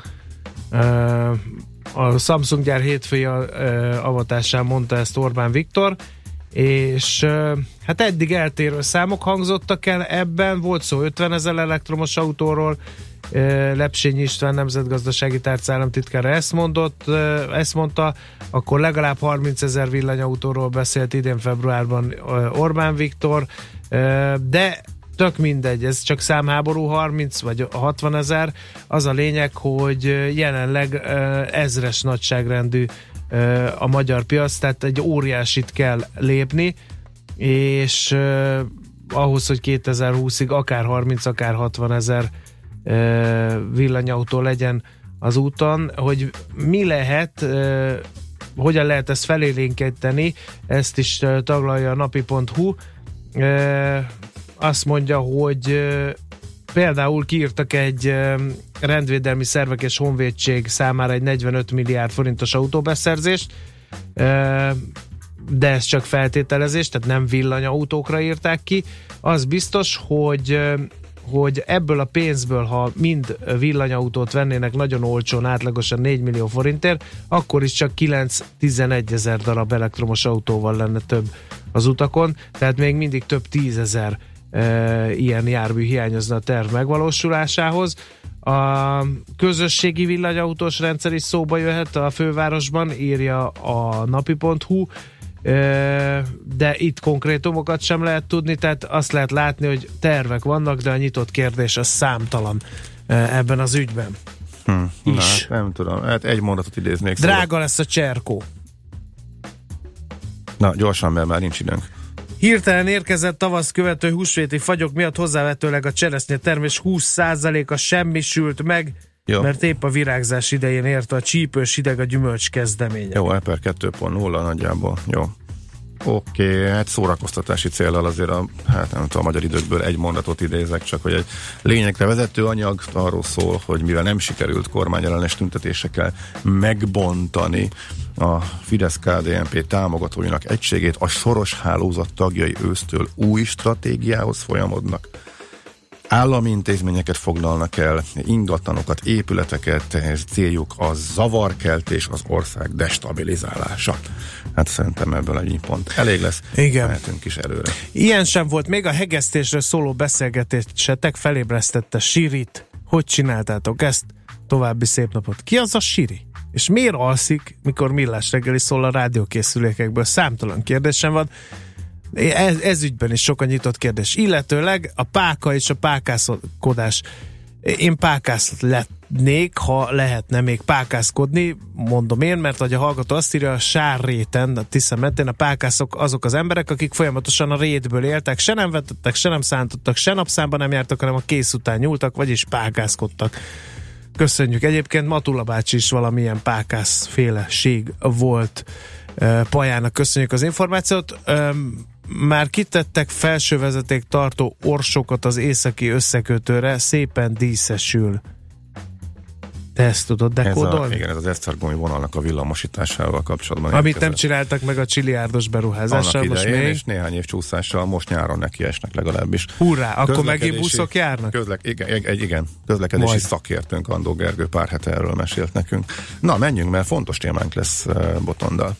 A Samsung gyár hétfői avatásán mondta ezt Orbán Viktor, és hát eddig eltérő számok hangzottak el ebben, volt szó 50 000 elektromos autóról, Lepsényi István nemzetgazdasági tárca államtitkára ezt mondta, akkor legalább 30 000 villanyautóról beszélt idén februárban Orbán Viktor, de tök mindegy, ez csak számháború, 30 vagy 60 000, az a lényeg, hogy jelenleg ezres nagyságrendű a magyar piac, tehát egy óriásit kell lépni, és ahhoz, hogy 2020-ig akár 30, akár 60 000 villanyautó legyen az úton, hogy mi lehet, hogyan lehet ezt felélénkíteni, ezt is taglalja a napi.hu. Azt mondja, hogy például kiírtak egy rendvédelmi szervek és honvédség számára egy 45 milliárd forintos autóbeszerzést, de ez csak feltételezés, tehát nem villanyautókra írták ki. Az biztos, hogy ebből a pénzből, ha mind villanyautót vennének nagyon olcsón, átlagosan 4 millió forintért, akkor is csak 9-11 000 darab elektromos autóval lenne több az utakon, tehát még mindig több 10 000 ilyen jármű hiányozna a terv megvalósulásához. A közösségi villanyautós rendszer is szóba jöhet a fővárosban, írja a napi.hu, de itt konkrétumokat sem lehet tudni, tehát azt lehet látni, hogy tervek vannak, de a nyitott kérdés az számtalan ebben az ügyben. Is. Na, nem tudom, hát egy mondatot idéznék. Drága lesz a cserkó. Na, gyorsan, mert már nincs időnk. Hirtelen érkezett tavasz követő húsvéti fagyok miatt hozzávetőleg a cseresznye termés 20%-a semmisült meg, jó, mert épp a virágzás idején érte a csípős hideg a gyümölcs kezdeménye. Jó, Eper 2.0 nagyjából, jó. Oké, hát szórakoztatási céllal azért hát nem tudom, a magyar időkből egy mondatot idézek, csak hogy egy lényegre vezető anyag arról szól, hogy mivel nem sikerült kormányellenes tüntetésekkel megbontani a Fidesz-KDNP támogatóinak egységét, a soros hálózat tagjai ősztől új stratégiához folyamodnak. Állami intézményeket foglalnak el, ingatlanokat, épületeket, ez céljuk a zavarkeltés, az ország destabilizálása. Hát szerintem ebből egy pont elég lesz. Igen. Mehetünk is előre. Ilyen sem volt még a hegesztésről szóló beszélgetésetek, felébresztette Sirit. Hogy csináltátok ezt? További szép napot. Ki az a Siri? És miért alszik, mikor Millás reggeli szól a rádiókészülékekből? Számtalan kérdésem van. Ez ügyben is sok a nyitott kérdés. Illetőleg a páka és a pákászkodás. Én pákász letnék, ha lehetne még pákászkodni, mondom én, mert hogy a hallgató azt írja, a Sárréten, a Tisza mentén a pákászok azok az emberek, akik folyamatosan a rétből éltek, se nem vetettek, se nem szántottak, se napszámban nem jártak, hanem a kész után nyúltak, vagyis pákászkodtak. Köszönjük. Egyébként Matula bácsi is valamilyen pákászféleség volt. Pajának köszönjük az információt. Már kitettek felsővezeték tartó orsokat az északi összekötőre, szépen díszesül. Te ezt tudod dekódolni? Igen, ez az esztergomi vonalnak a villamosításával kapcsolatban. Amit nem csináltak meg a csiliárdos beruházással most még. És néhány év csúszással most nyáron nekiesnek legalábbis. Hurrá, akkor megint buszok járnak? Igen, közlekedési szakértőnk Andó Gergő pár hete erről mesélt nekünk. Na, menjünk, mert fontos témánk lesz Botondal.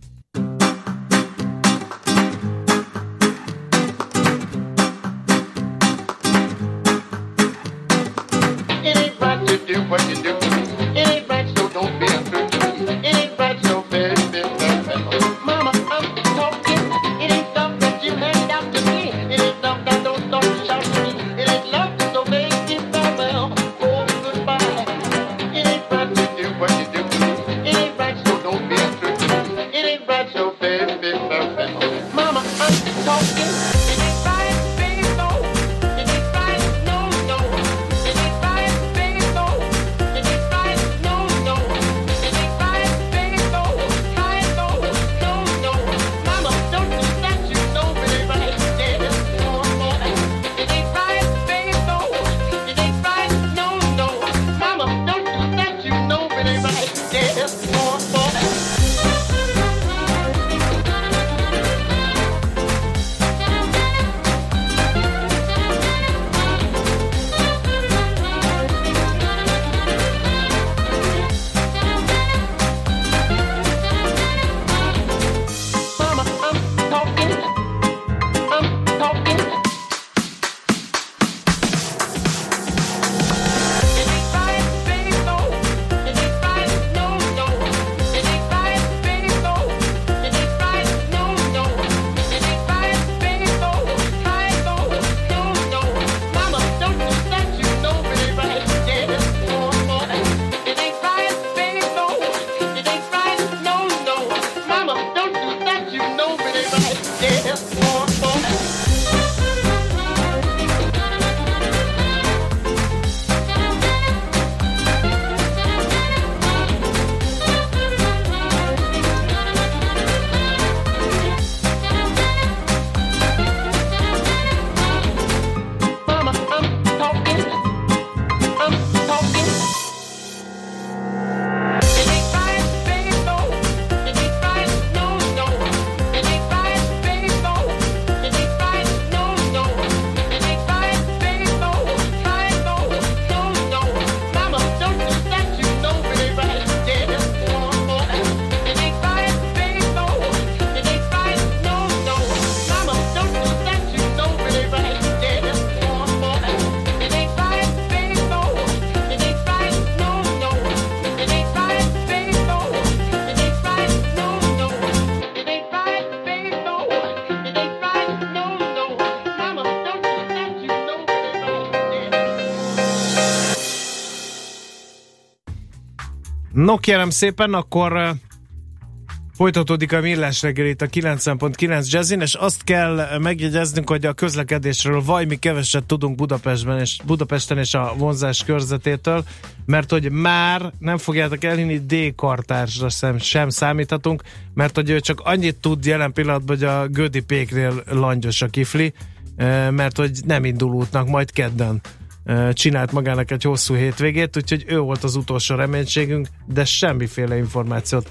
No kérem szépen, akkor folytatódik a Millás reggel itt a 90.9 Jazzin, és azt kell megjegyeznünk, hogy a közlekedésről vajmi keveset tudunk Budapesten és a vonzás körzetétől, mert hogy már nem fogjátok elhinni, D-kartársra sem számíthatunk, mert hogy ő csak annyit tud jelen pillanatban, hogy a Gödi Péknél langyos a kifli, mert hogy nem indul útnak, majd kedden csinált magának egy hosszú hétvégét, úgyhogy ő volt az utolsó reménységünk, de semmiféle információt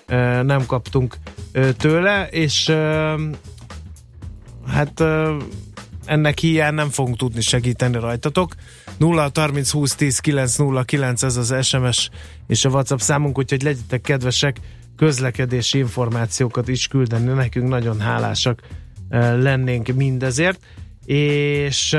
nem kaptunk tőle, és hát ennek hiány nem fogunk tudni segíteni rajtatok. 0-30 20 10 909 ez az SMS és a WhatsApp számunk, úgyhogy legyetek kedvesek közlekedési információkat is küldeni nekünk, nagyon hálásak lennénk mindezért, és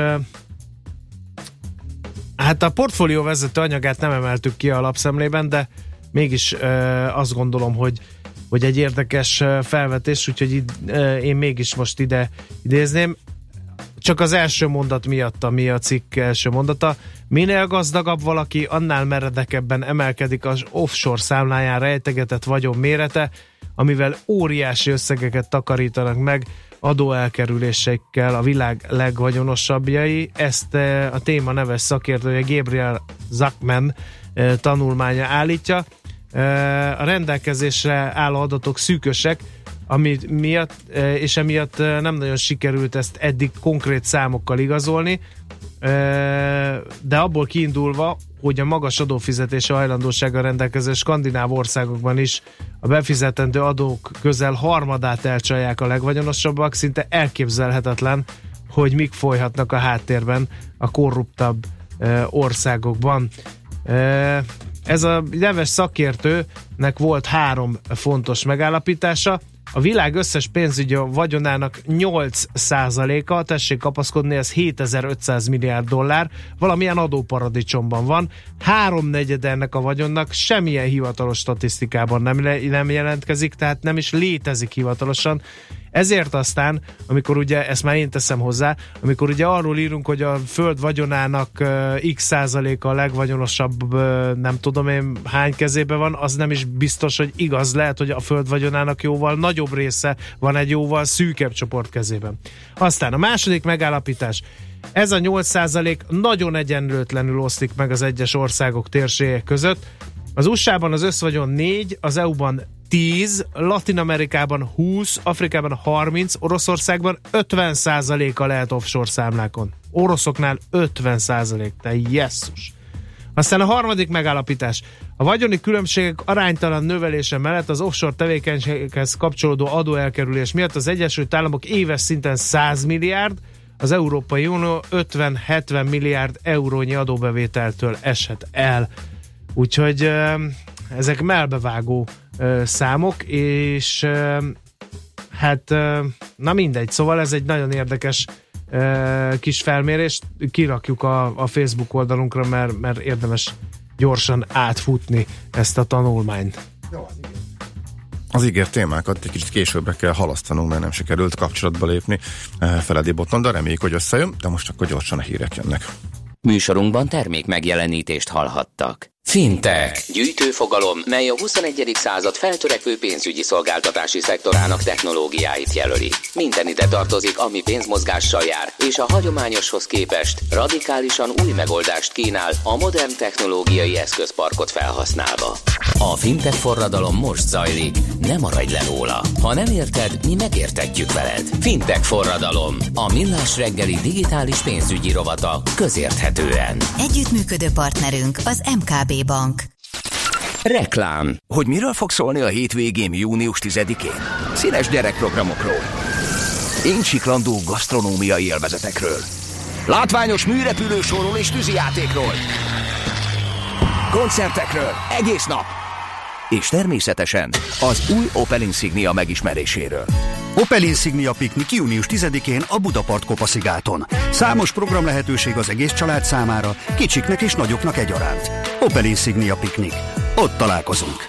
hát a portfólió vezető anyagát nem emeltük ki a lapszemlében, de mégis azt gondolom, hogy egy érdekes felvetés, úgyhogy én mégis most ide idézném. Csak az első mondat miatt, ami a cikk első mondata. Minél gazdagabb valaki, annál meredekebben emelkedik az offshore számláján rejtegetett vagyon mérete, amivel óriási összegeket takarítanak meg adóelkerülésekkel a világ legvagyonosabbjai. Ezt a téma neves szakértője Gabriel Zuckman tanulmánya állítja. A rendelkezésre álló adatok szűkösek, és emiatt nem nagyon sikerült ezt eddig konkrét számokkal igazolni, de abból kiindulva, hogy a magas adófizetési hajlandósággal rendelkező skandináv országokban is a befizetendő adók közel harmadát elcsalják a legvagyonosabbak, szinte elképzelhetetlen, hogy mik folyhatnak a háttérben a korruptabb országokban. Ez a neves szakértőnek volt 3 fontos megállapítása. A világ összes pénzügyi vagyonának 8%-a, tessék kapaszkodni, ez 7500 milliárd dollár, valamilyen adóparadicsomban van. 3/4 ennek a vagyonnak semmilyen hivatalos statisztikában nem jelentkezik, tehát nem is létezik hivatalosan. Ezért aztán, amikor ugye, ezt már én teszem hozzá, amikor ugye arról írunk, hogy a föld vagyonának x% a legvagyonosabb, nem tudom én hány kezében van, az nem is biztos, hogy igaz. Lehet, hogy a föld vagyonának jóval nagyobb része van egy jóval szűkebb csoport kezében. Aztán a második megállapítás. Ez a 8% nagyon egyenlőtlenül oszlik meg az egyes országok térségek között. Az USA-ban az összvagyon 4, az EU-ban 10, Latin-Amerikában 20, Afrikában 30, Oroszországban 50%-a lehet offshore számlákon. Oroszoknál 50%, te jesszus! Aztán a harmadik megállapítás. A vagyoni különbségek aránytalan növelése mellett az offshore tevékenységhez kapcsolódó adóelkerülés miatt az Egyesült Államok éves szinten 100 milliárd, az Európai Unió 50-70 milliárd eurónyi adóbevételtől eshet el. Úgyhogy ezek melbevágó számok, és hát na mindegy, szóval ez egy nagyon érdekes kis felmérés, kirakjuk a Facebook oldalunkra, mert érdemes gyorsan átfutni ezt a tanulmányt. Az ígért témákat egy kicsit későbbre kell halasztanunk, mert nem sikerült kapcsolatba lépni Feledi Botton, de reméljük, hogy összejön, de most akkor gyorsan a hírek jönnek. Műsorunkban termék megjelenítést hallhattak. Fintech. Gyűjtőfogalom, mely a 21. század feltörekvő pénzügyi szolgáltatási szektorának technológiáit jelöli. Minden ide tartozik, ami pénzmozgással jár, és a hagyományoshoz képest radikálisan új megoldást kínál a modern technológiai eszközparkot felhasználva. A fintech forradalom most zajlik, ne maradj le róla. Ha nem érted, mi megértetjük veled. Fintech forradalom, a Millás reggeli digitális pénzügyi rovata közérthetően. Együttműködő partnerünk az MKB Bank. Reklám. Hogy miről fog szólni a hétvégén június 10-én? Színes gyerekprogramokról, éncsiklandó gasztronómiai élvezetekről, látványos műrepülősóról és tűzijátékról, koncertekről egész nap, és természetesen az új Opel Insignia megismeréséről. Opel Insignia piknik június 10-én a Budapart Kopaszigáton. Számos program lehetőség az egész család számára, kicsiknek és nagyoknak egyaránt. Opel Insignia piknik. Ott találkozunk.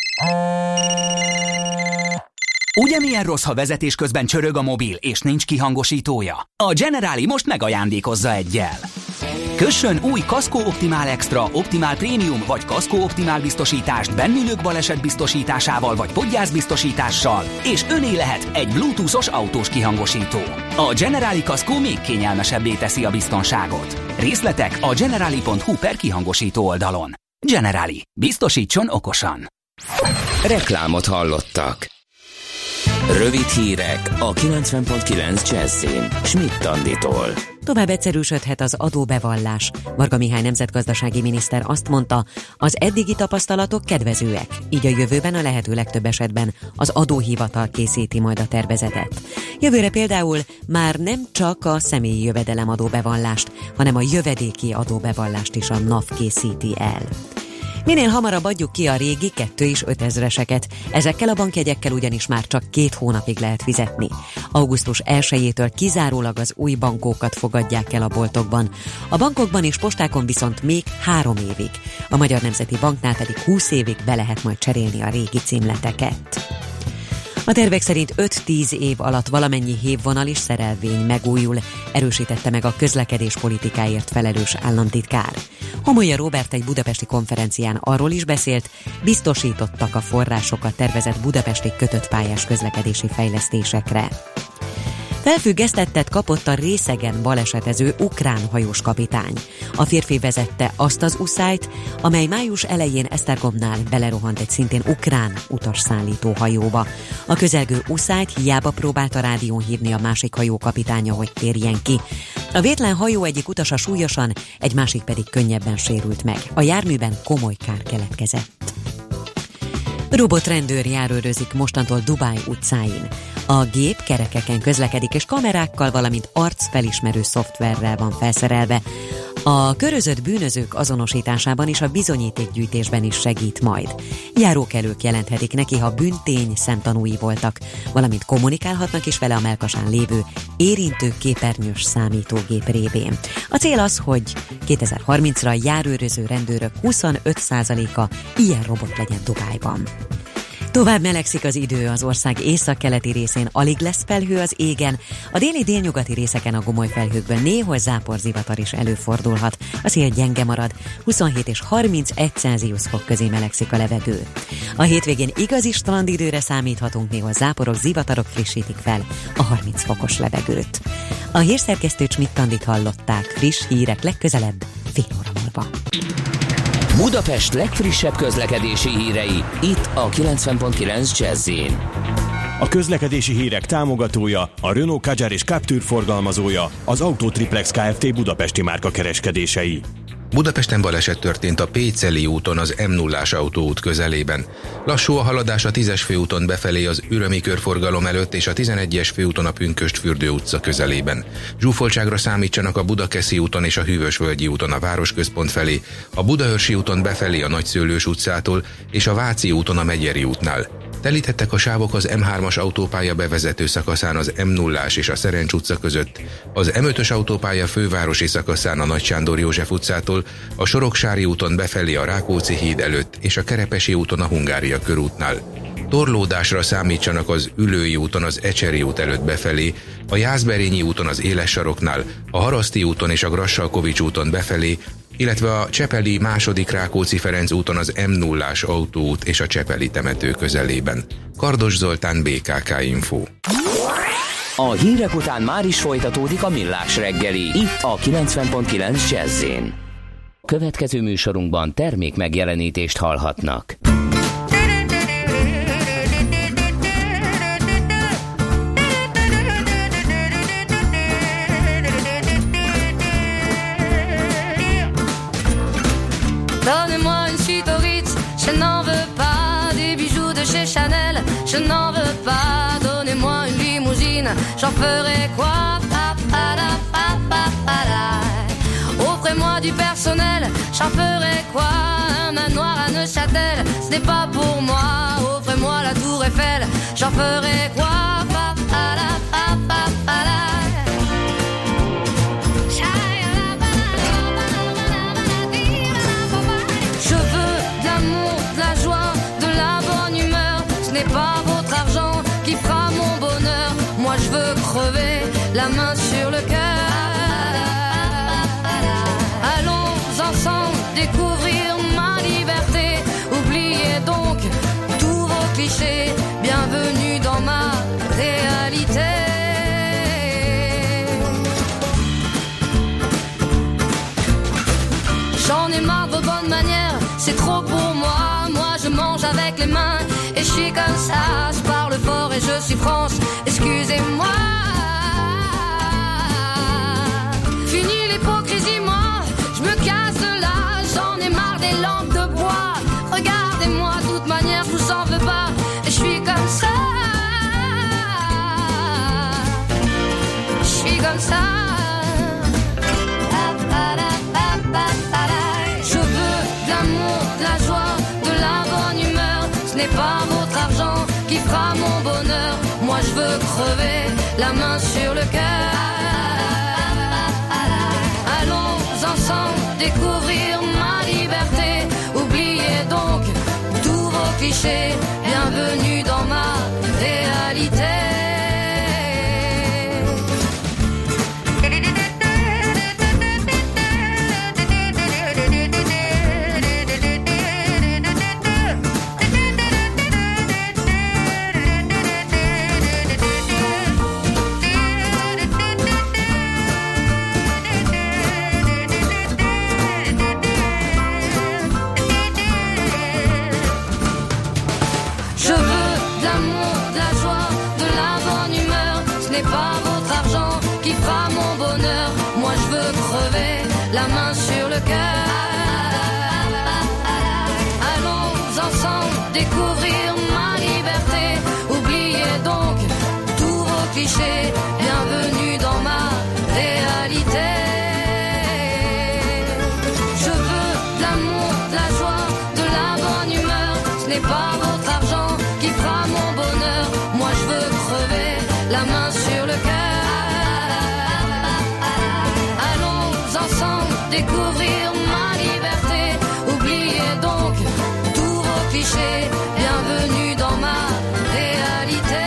Ugye milyen rossz, ha vezetés közben csörög a mobil, és nincs kihangosítója? A Generali most megajándékozza eggyel. Kössön új Kasko Optimál Extra, Optimál Prémium vagy Kasko Optimál biztosítást bennülők baleset biztosításával vagy podgyászbiztosítással, és öné lehet egy bluetoothos autós kihangosító. A Generali Kasko még kényelmesebbé teszi a biztonságot. Részletek a generali.hu/kihangosító oldalon. Generali. Biztosítson okosan. Reklámot hallottak. Rövid hírek a 90.9 Jazzin Schmidt Anditól. Tovább egyszerűsödhet az adóbevallás. Varga Mihály nemzetgazdasági miniszter azt mondta, az eddigi tapasztalatok kedvezőek, így a jövőben a lehető legtöbb esetben az adóhivatal készíti majd a tervezetet. Jövőre például már nem csak a személyi jövedelem adóbevallást, hanem a jövedéki adóbevallást is a NAV készíti el. Minél hamarabb adjuk ki a régi 2 és 5 ezreseket. Ezekkel a bankjegyekkel ugyanis már csak 2 hónapig lehet fizetni. Augusztus 1-től kizárólag az új bankókat fogadják el a boltokban. A bankokban és postákon viszont még 3 évig. A Magyar Nemzeti Banknál pedig 20 évig be lehet majd cserélni a régi címleteket. A tervek szerint 5-10 év alatt valamennyi hévvonal és szerelvény megújul, erősítette meg a közlekedés politikáért felelős államtitkár. Homolya Róbert egy budapesti konferencián arról is beszélt, biztosítottak a források a tervezett budapesti kötött pályás közlekedési fejlesztésekre. Felfüggesztettet kapott a részegen balesetező ukrán hajós kapitány. A férfi vezette azt az uszályt, amely május elején Esztergomnál belerohant egy szintén ukrán utasszállító hajóba. A közelgő uszályt hiába próbálta rádión hívni a másik hajó kapitánya, hogy térjen ki. A vétlen hajó egyik utasa súlyosan, egy másik pedig könnyebben sérült meg. A járműben komoly kár keletkezett. Robotrendőr járőrözik mostantól Dubáj utcáin. A gép kerekeken közlekedik és kamerákkal, valamint arcfelismerő szoftverrel van felszerelve. A körözött bűnözők azonosításában és a bizonyítékgyűjtésben is segít majd. Járókelők jelenthetik neki, ha bűntény szemtanúi voltak, valamint kommunikálhatnak is vele a melkasán lévő érintő képernyős számítógép révén. A cél az, hogy 2030-ra járőröző rendőrök 25%-a ilyen robot legyen Dubájban. Tovább melegszik az idő, az ország északkeleti részén alig lesz felhő az égen, a déli-délnyugati részeken a gomoly felhőkből néhol záporzivatar is előfordulhat. A szél gyenge marad, 27 és 31 Celsius fok közé melegszik a levegő. A hétvégén igazi strandidőre számíthatunk, néhol záporok, zivatarok frissítik fel a 30 fokos levegőt. A hírszerkesztő Schmidt-Tandit hallották, friss hírek legközelebb fél óra múlva. Budapest legfrissebb közlekedési hírei, itt a 90.9 Jazz-in. A közlekedési hírek támogatója, a Renault Kadjar és Captur forgalmazója, az Autotriplex Kft. Budapesti márka kereskedései. Budapesten baleset történt a Péceli úton az M0-ás autóút közelében. Lassú a haladás a 10-es főúton befelé az Ürömi körforgalom előtt és a 11-es főúton a Pünkösdfürdő utca közelében. Zsúfoltságra számítsanak a Budakeszi úton és a Hűvösvölgyi úton a városközpont felé, a Budaörsi úton befelé a Nagyszőlős utcától és a Váci úton a Megyeri útnál. Telítettek a sávok az M3-as autópálya bevezető szakaszán az M0-ás és a Szerencs utca között, az M5-ös autópálya fővárosi szakaszán a Nagy Sándor József utcától, a Soroksári úton befelé a Rákóczi híd előtt és a Kerepesi úton a Hungária körútnál. Torlódásra számítsanak az Üllői úton az Ecseri út előtt befelé, a Jászberényi úton az Éles saroknál, a Haraszti úton és a Grassalkovics úton befelé, illetve a Csepeli II. Rákóczi-Ferenc úton az M0-ás autóút és a Csepeli temető közelében. Kardos Zoltán, BKK Info. A hírek után már is folytatódik a Millás reggeli, itt a 90.9 Jazz-in. Következő műsorunkban termék megjelenítést hallhatnak. Donnez-moi une suite au Ritz, je n'en veux pas. Des bijoux de chez Chanel, je n'en veux pas. Donnez-moi une limousine, j'en ferai quoi? Offrez-moi du personnel, j'en ferai quoi? Un manoir à Neuchâtel, ce n'est pas pour moi. Offrez-moi la tour Eiffel, j'en ferai quoi? Pas votre argent qui fera mon bonheur. Moi je veux crever la main sur le cœur. Allons ensemble découvrir ma liberté. Oubliez donc tous vos clichés. Bienvenue dans ma réalité. J'en ai marre de vos bonnes manières, c'est trop pour moi. Moi je mange avec les mains. Et je suis comme ça, je parle fort et je suis France, excusez-moi. Fini l'hypocrisie, moi, je me casse de là, j'en ai marre des lampes de bois. Regardez-moi, de toute manière, je vous en veux pas, et je suis comme ça. Je suis comme ça. Je veux de l'amour, de la joie, de la bonne humeur. Ce n'est pas votre argent qui fera mon bonheur. Moi je veux crever la main sur le cœur. Allons ensemble découvrir ma liberté. Oubliez donc tous vos clichés. Bienvenue dans ma réalité. n'est pas votre argent qui fera mon bonheur. Moi je veux crever la main sur le cœur. Allons ensemble découvrir ma liberté. Oubliez donc tous vos clichés. Bienvenue dans ma réalité. Je veux de l'amour, de la joie, de la bonne humeur. Ce n'est pas votre argent qui fera mon bonheur. Moi je veux crever la main sur le cœur. Allons ensemble découvrir ma liberté. Oubliez donc tous vos clichés. Bienvenue dans ma réalité.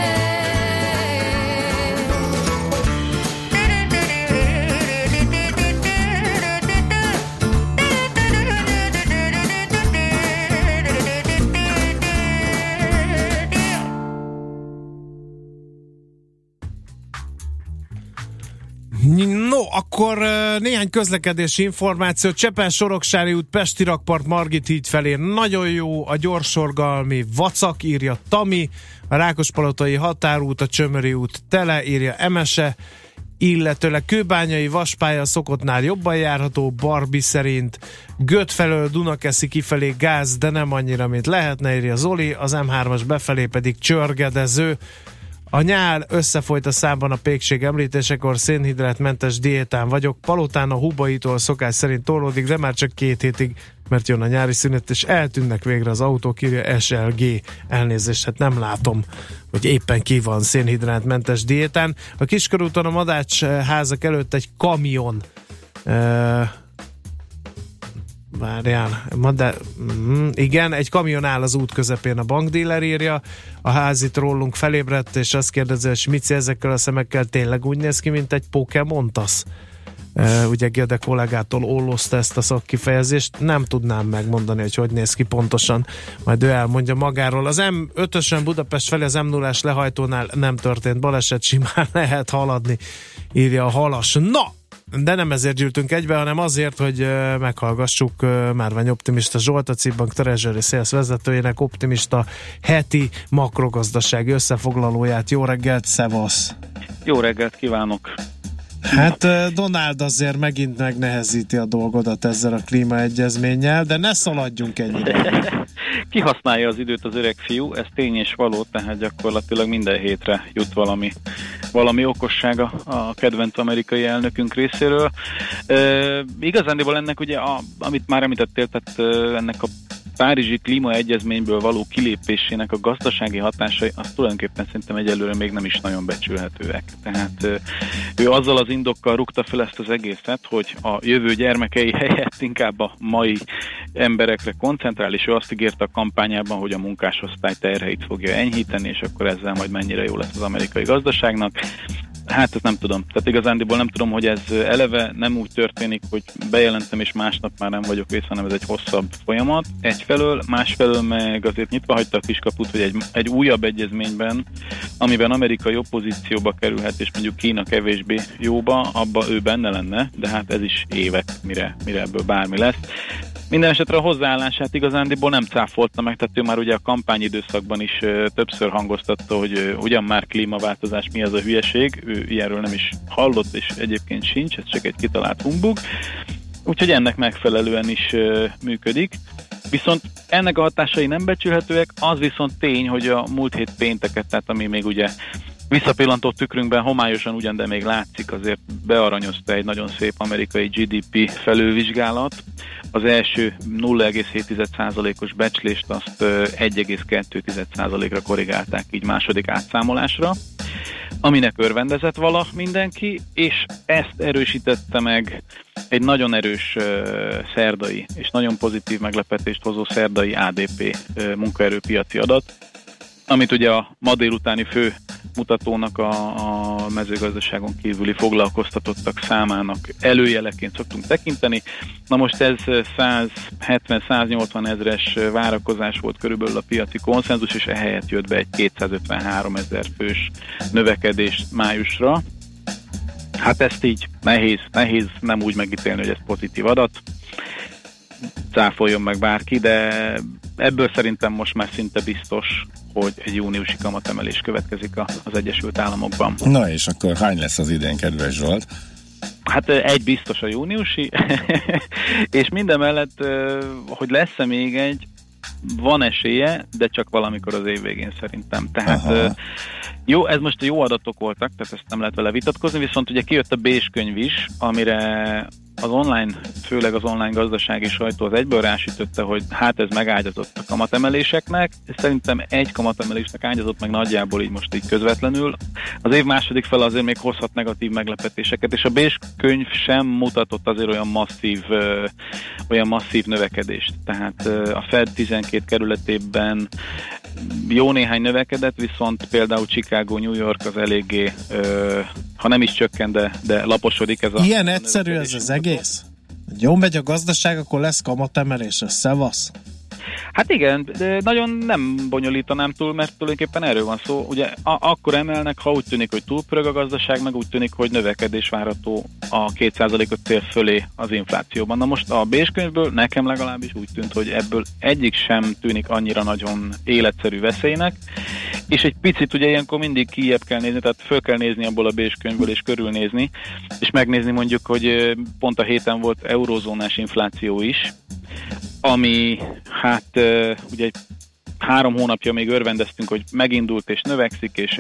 No, akkor néhány közlekedési információ. Csepel-Soroksári út, Pesti rakpart, Margit híd felé nagyon jó a gyorsforgalmi vacak, írja Tami. A Rákospalotai határút, a Csömöri út tele, írja Emese. Illetőleg Kőbányai Vaspálya Szokottnál jobban járható, Barbi szerint. Göt felől Dunakeszi kifelé gáz, de nem annyira, mint lehetne, írja Zoli. Az M3-as befelé pedig csörgedező. A nyál összefolyt a számban a pékség említésekor, szénhidrátmentes diétán vagyok. Palotán a Hubaitól szokás szerint torlódik, de már csak 2 hétig, mert jön a nyári szünet, és eltűnnek végre az autók, írja SLG. Elnézést, hát nem látom, hogy éppen ki van szénhidrátmentes diétán. A Kiskörúton a Madács házak előtt egy kamion igen, egy kamion áll az út közepén, a bankdíler, írja. A házit rólunk felébredt, és azt kérdezi, hogy Smici ezekkel a szemekkel tényleg úgy néz ki, mint egy Pokémon-tasz? Ugye Gede kollégától ollozta ezt a szakkifejezést, nem tudnám megmondani, hogy néz ki pontosan, majd ő elmondja magáról. Az M5-ösen Budapest felé az M0-ás lehajtónál nem történt baleset, simán lehet haladni, írja a Halas. Na! De nem ezért gyűltünk egybe, hanem azért, hogy meghallgassuk Márvány Optimista Zsolt, a Cibbank Treasury Sales vezetőjének optimista heti makrogazdasági összefoglalóját. Jó reggelt, szevasz! Jó reggelt kívánok! Hát Donald azért megint megnehezíti a dolgodat ezzel a klímaegyezménnyel, de ne szaladjunk ennyire. Kihasználja az időt az öreg fiú, ez tény és való, tehát gyakorlatilag minden hétre jut valami okossága a kedvenc amerikai elnökünk részéről. Igazándiból ennek ugye, amit már említettél, tehát ennek a Párizsi klímaegyezményből való kilépésének a gazdasági hatásai, az tulajdonképpen szerintem egyelőre még nem is nagyon becsülhetőek. Tehát ő azzal az indokkal rúgta fel ezt az egészet, hogy a jövő gyermekei helyett inkább a mai emberekre koncentrál, és ő azt ígérte a kampányában, hogy a munkásosztály terheit fogja enyhíteni, és akkor ezzel majd mennyire jó lesz az amerikai gazdaságnak. Hát ezt nem tudom. Tehát igazándiból nem tudom, hogy ez eleve nem úgy történik, hogy bejelentem és másnap már nem vagyok rész, hanem ez egy hosszabb folyamat. Egyfelől, másfelől meg azért nyitva hagyta a kiskaput, hogy egy újabb egyezményben, amiben amerikai opozícióba kerülhet, és mondjuk Kína kevésbé jóba, abba ő benne lenne, de hát ez is évek, mire ebből bármi lesz. Minden esetre a hozzáállását igazándiból nem cáfolta meg, tehát ő már ugye a kampányidőszakban is többször hangoztatta, hogy ugyan már klímaváltozás, mi az a hülyeség, ő ilyenről nem is hallott, és egyébként sincs, ez csak egy kitalált humbug, úgyhogy ennek megfelelően is működik. Viszont ennek a hatásai nem becsülhetőek, az viszont tény, hogy a múlt hét pénteket, tehát ami még ugye visszapillantó tükrünkben homályosan ugyan, de még látszik, azért bearanyozta egy nagyon szép amerikai GDP felülvizsgálat. Az első 0,7%-os becslést azt 1,2%-ra korrigálták így második átszámolásra, aminek örvendezett vala mindenki, és ezt erősítette meg egy nagyon erős szerdai és nagyon pozitív meglepetést hozó szerdai ADP munkaerőpiaci adat, amit ugye a ma délutáni fő mutatónak a mezőgazdaságon kívüli foglalkoztatottak számának előjeleként szoktunk tekinteni. Na most ez 170-180 ezres várakozás volt körülbelül a piaci konszenzus, és ehelyett jött be egy 253 ezer fős növekedés májusra. Hát ezt így nehéz nem úgy megítélni, hogy ez pozitív adat. Cáfoljon meg bárki, de ebből szerintem most már szinte biztos, hogy egy júniusi kamatemelés következik az Egyesült Államokban. Na és akkor hány lesz az idén, kedves Zsolt? Hát egy biztos a júniusi, és mindemellett, hogy lesz-e még egy, van esélye, de csak valamikor az év végén szerintem. Tehát jó, ez most jó adatok voltak, tehát ezt nem lehet vele vitatkozni, viszont ugye kijött a Bézs könyv is, amire az online, főleg az online gazdasági sajtó az egyből rásütötte, hogy hát ez megágyazott a kamatemeléseknek. Szerintem egy kamatemelésnek ágyazott meg nagyjából így most így közvetlenül. Az év második fele azért még hozhat negatív meglepetéseket, és a Bézs könyv sem mutatott azért olyan masszív növekedést. Tehát a Fed 12 kerületében jó néhány növekedett, viszont például Chicago, New York az eléggé, ha nem is csökken, de laposodik ez a... Ilyen egyszerű ez az egész? Jó megy a gazdaság, akkor lesz kamatemelés, szevasz? Hát igen, de nagyon nem bonyolítanám túl, mert tulajdonképpen erről van szó. Ugye akkor emelnek, ha úgy tűnik, hogy túlpörög a gazdaság, meg úgy tűnik, hogy növekedés várható a 2%-ot cél fölé az inflációban. Na most a Bézs könyvből nekem legalábbis úgy tűnt, hogy ebből egyik sem tűnik annyira nagyon életszerű veszélynek, és egy picit ugye ilyenkor mindig kijebb kell nézni, tehát föl kell nézni abból a Bézs könyvből és körülnézni, és megnézni mondjuk, hogy pont a héten volt eurózónás infláció is, ami hát ugye 3 hónapja még örvendeztünk, hogy megindult és növekszik, és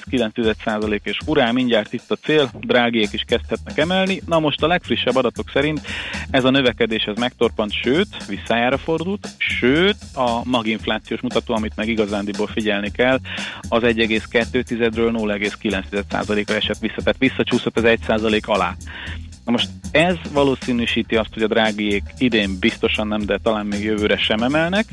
1,9% és hurrá, mindjárt itt a cél, Drágiék is kezdhetnek emelni. Na most a legfrissebb adatok szerint ez a növekedés ez megtorpant, sőt, visszájára fordult, sőt, a maginflációs mutató, amit meg igazándiból figyelni kell, az 1,2-ről 0,9%-ra esett vissza, tehát visszacsúszott az 1% alá. Na most ez valószínűsíti azt, hogy a Drágiék idén biztosan nem, de talán még jövőre sem emelnek.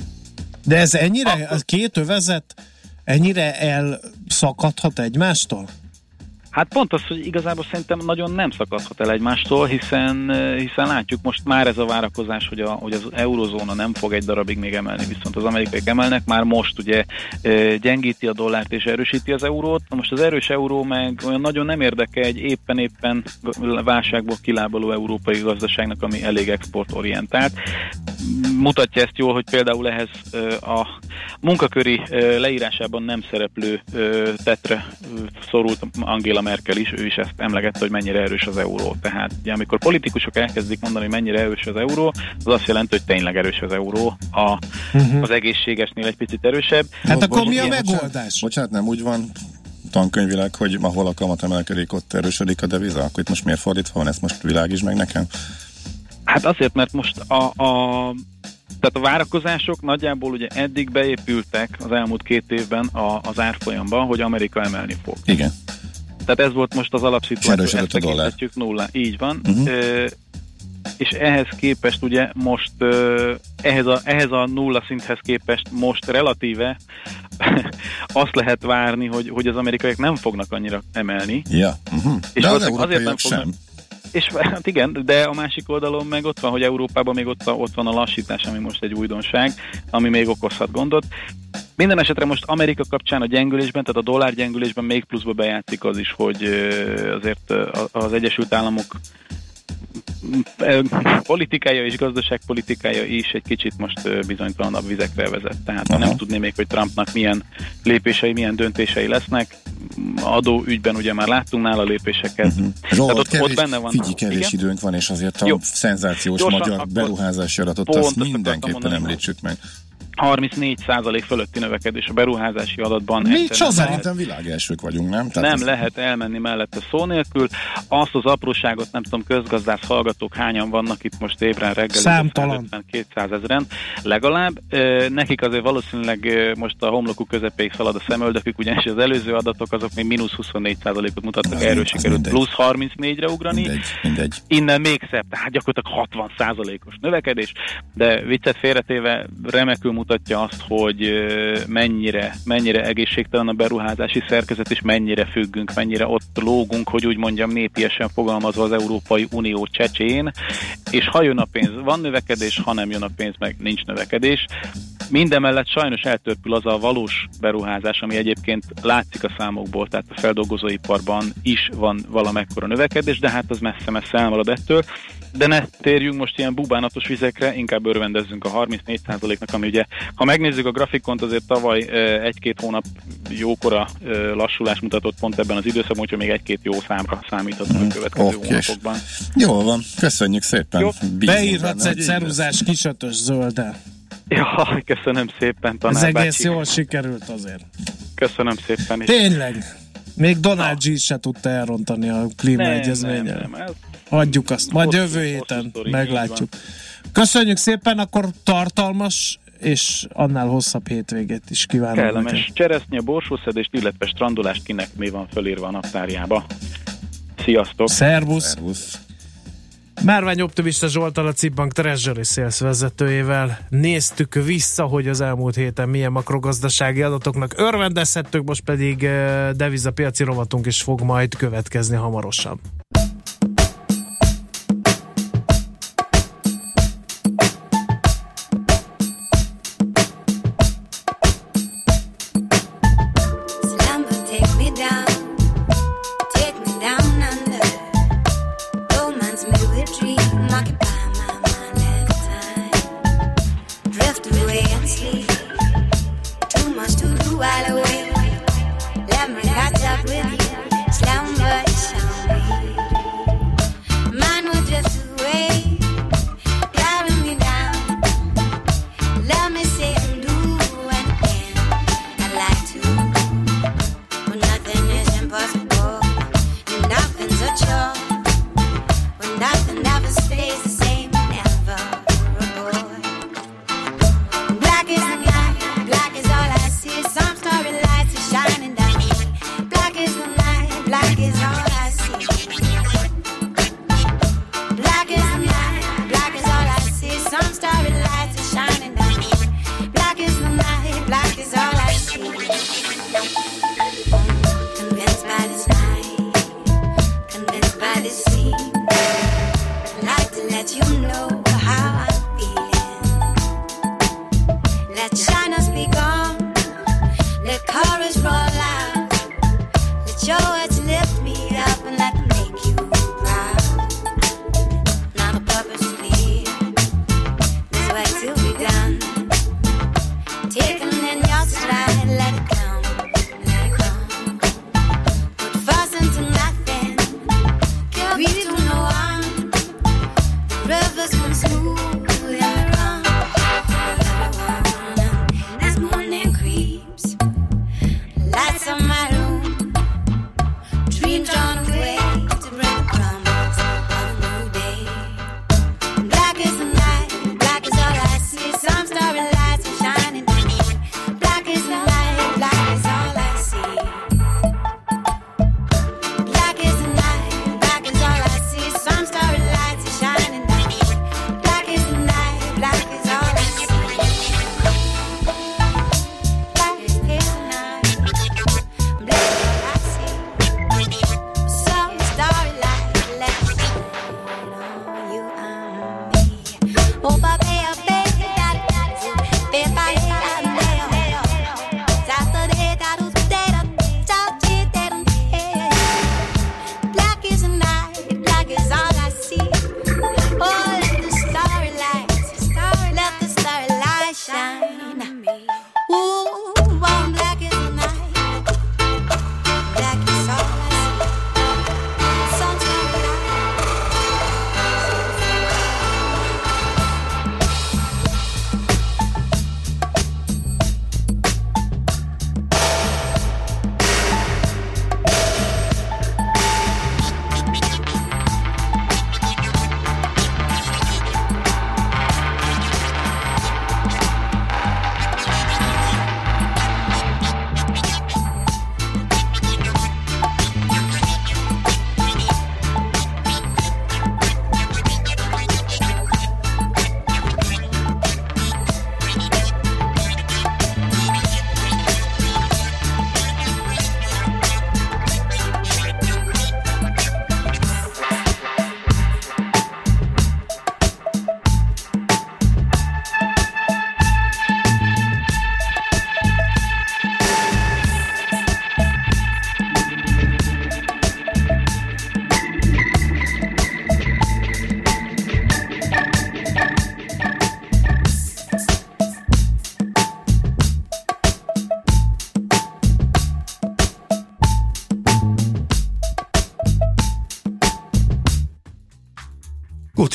De ez ennyire, a két övezet ennyire elszakadhat egymástól? Hát pont az, hogy igazából szerintem nagyon nem szakadhat el egymástól, hiszen látjuk most már ez a várakozás, hogy az eurozóna nem fog egy darabig még emelni, viszont az amerikaiak emelnek, már most ugye gyengíti a dollárt és erősíti az eurót. Na most az erős euró meg olyan nagyon nem érdeke egy éppen válságból kilábaló európai gazdaságnak, ami elég exportorientált. Mutatja ezt jól, hogy például ehhez a munkaköri leírásában nem szereplő tetre szorult Angela Merkel is, ő is ezt emlegette, hogy mennyire erős az euró. Tehát ugye, amikor politikusok elkezdik mondani, hogy mennyire erős az euró, az azt jelenti, hogy tényleg erős az euró. Az egészségesnél egy picit erősebb. Hát akkor mi a megoldás? Bocsánat, nem úgy van tankönyvileg, hogy ahol a kamat emelkedik, ott erősödik a deviza? Akkor itt most miért fordítva van? Ezt most világítsd meg nekem? Hát azért, mert most tehát a várakozások nagyjából ugye eddig beépültek az elmúlt 2 évben az árfolyamban, hogy Amerika emelni fog. Igen. Tehát ez volt most az alapszituáció. Erősödött a dollár. Nulla. Így van. És ehhez képest ugye most ehhez a nulla szinthez képest most relatíve azt lehet várni, hogy az amerikaiak nem fognak annyira emelni. Ja. És de az azért nem fognak. sem. És hát igen, de a másik oldalon meg ott van, hogy Európában még ott van a lassítás, ami most egy újdonság, ami még okozhat gondot. Minden esetre most Amerika kapcsán a gyengülésben, tehát a dollár gyengülésben még pluszba bejátszik az is, hogy azért az Egyesült Államok politikája és gazdaságpolitikája is egy kicsit most bizonytalanabb vizekre vezet. Tehát nem tudni még, hogy Trumpnak milyen lépései, milyen döntései lesznek. Adó ügyben ugye már láttunk nála lépéseket. Zsolt, ott benne van. Kevés időnk van, és azért a szenzációs magyar beruházási adatot azt mindenképpen említsük meg. 34% fölötti növekedés a beruházási adatban. Mi szerintem világelsők vagyunk, nem? Tehát nem lehet elmenni mellette szó nélkül. Azt az apróságot, nem tudom, közgazdász hallgatók hányan vannak itt most ébren reggel. Számtalan. 200 ezeren legalább. Nekik azért valószínűleg most a homlokuk közepéig szalad a szemöldökük, ugyanis az előző adatok azok még mínusz 24%-ot mutattak, erről sikerült plusz 34-re ugrani. Mindegy. Innen még szebb, tehát gyakorlatilag 60%-os növekedés, de viccet félretéve remekül mutatja azt, hogy mennyire egészségtelen a beruházási szerkezet, és mennyire függünk, mennyire ott lógunk, hogy úgy mondjam, népiesen fogalmazva az Európai Unió csecsén, és ha jön a pénz, van növekedés, ha nem jön a pénz, meg nincs növekedés. Mindemellett sajnos eltörpül az a valós beruházás, ami egyébként látszik a számokból, tehát a feldolgozóiparban is van valamekkora növekedés, de hát az messze-messze elmarad ettől. De ne térjünk most ilyen bubánatos vizekre, inkább örvendezzünk a 34%-nak, ami ugye, ha megnézzük a grafikont, azért tavaly 1-2 hónap jókora lassulás mutatott pont ebben az időszakban, úgyhogy még 1-2 jó számra számíthatunk a következő hónapokban. Jól van, köszönjük szépen. Jó, beírhatsz egy ceruzás kisötös zölddel. Ja, köszönöm szépen, tanár ez egész bácsi. jól sikerült azért. Köszönöm szépen. Tényleg? Még Donald G. se tudta elrontani a klímaegyezménnyel. Hagyjuk azt, majd jövő héten meglátjuk. Köszönjük szépen, akkor tartalmas és annál hosszabb hétvégét is kívánok. Kellemes cseresznye, borsószedést, illetve strandolást, kinek mi van fölírva a naptárjába. Sziasztok! Szervusz! Márvány Optimista Zsolttal, a CIP Bank Treasury Sales vezetőjével néztük vissza, hogy az elmúlt héten milyen makrogazdasági adatoknak örvendezhettük, most pedig devizapiaci rovatunk is fog majd következni hamarosan.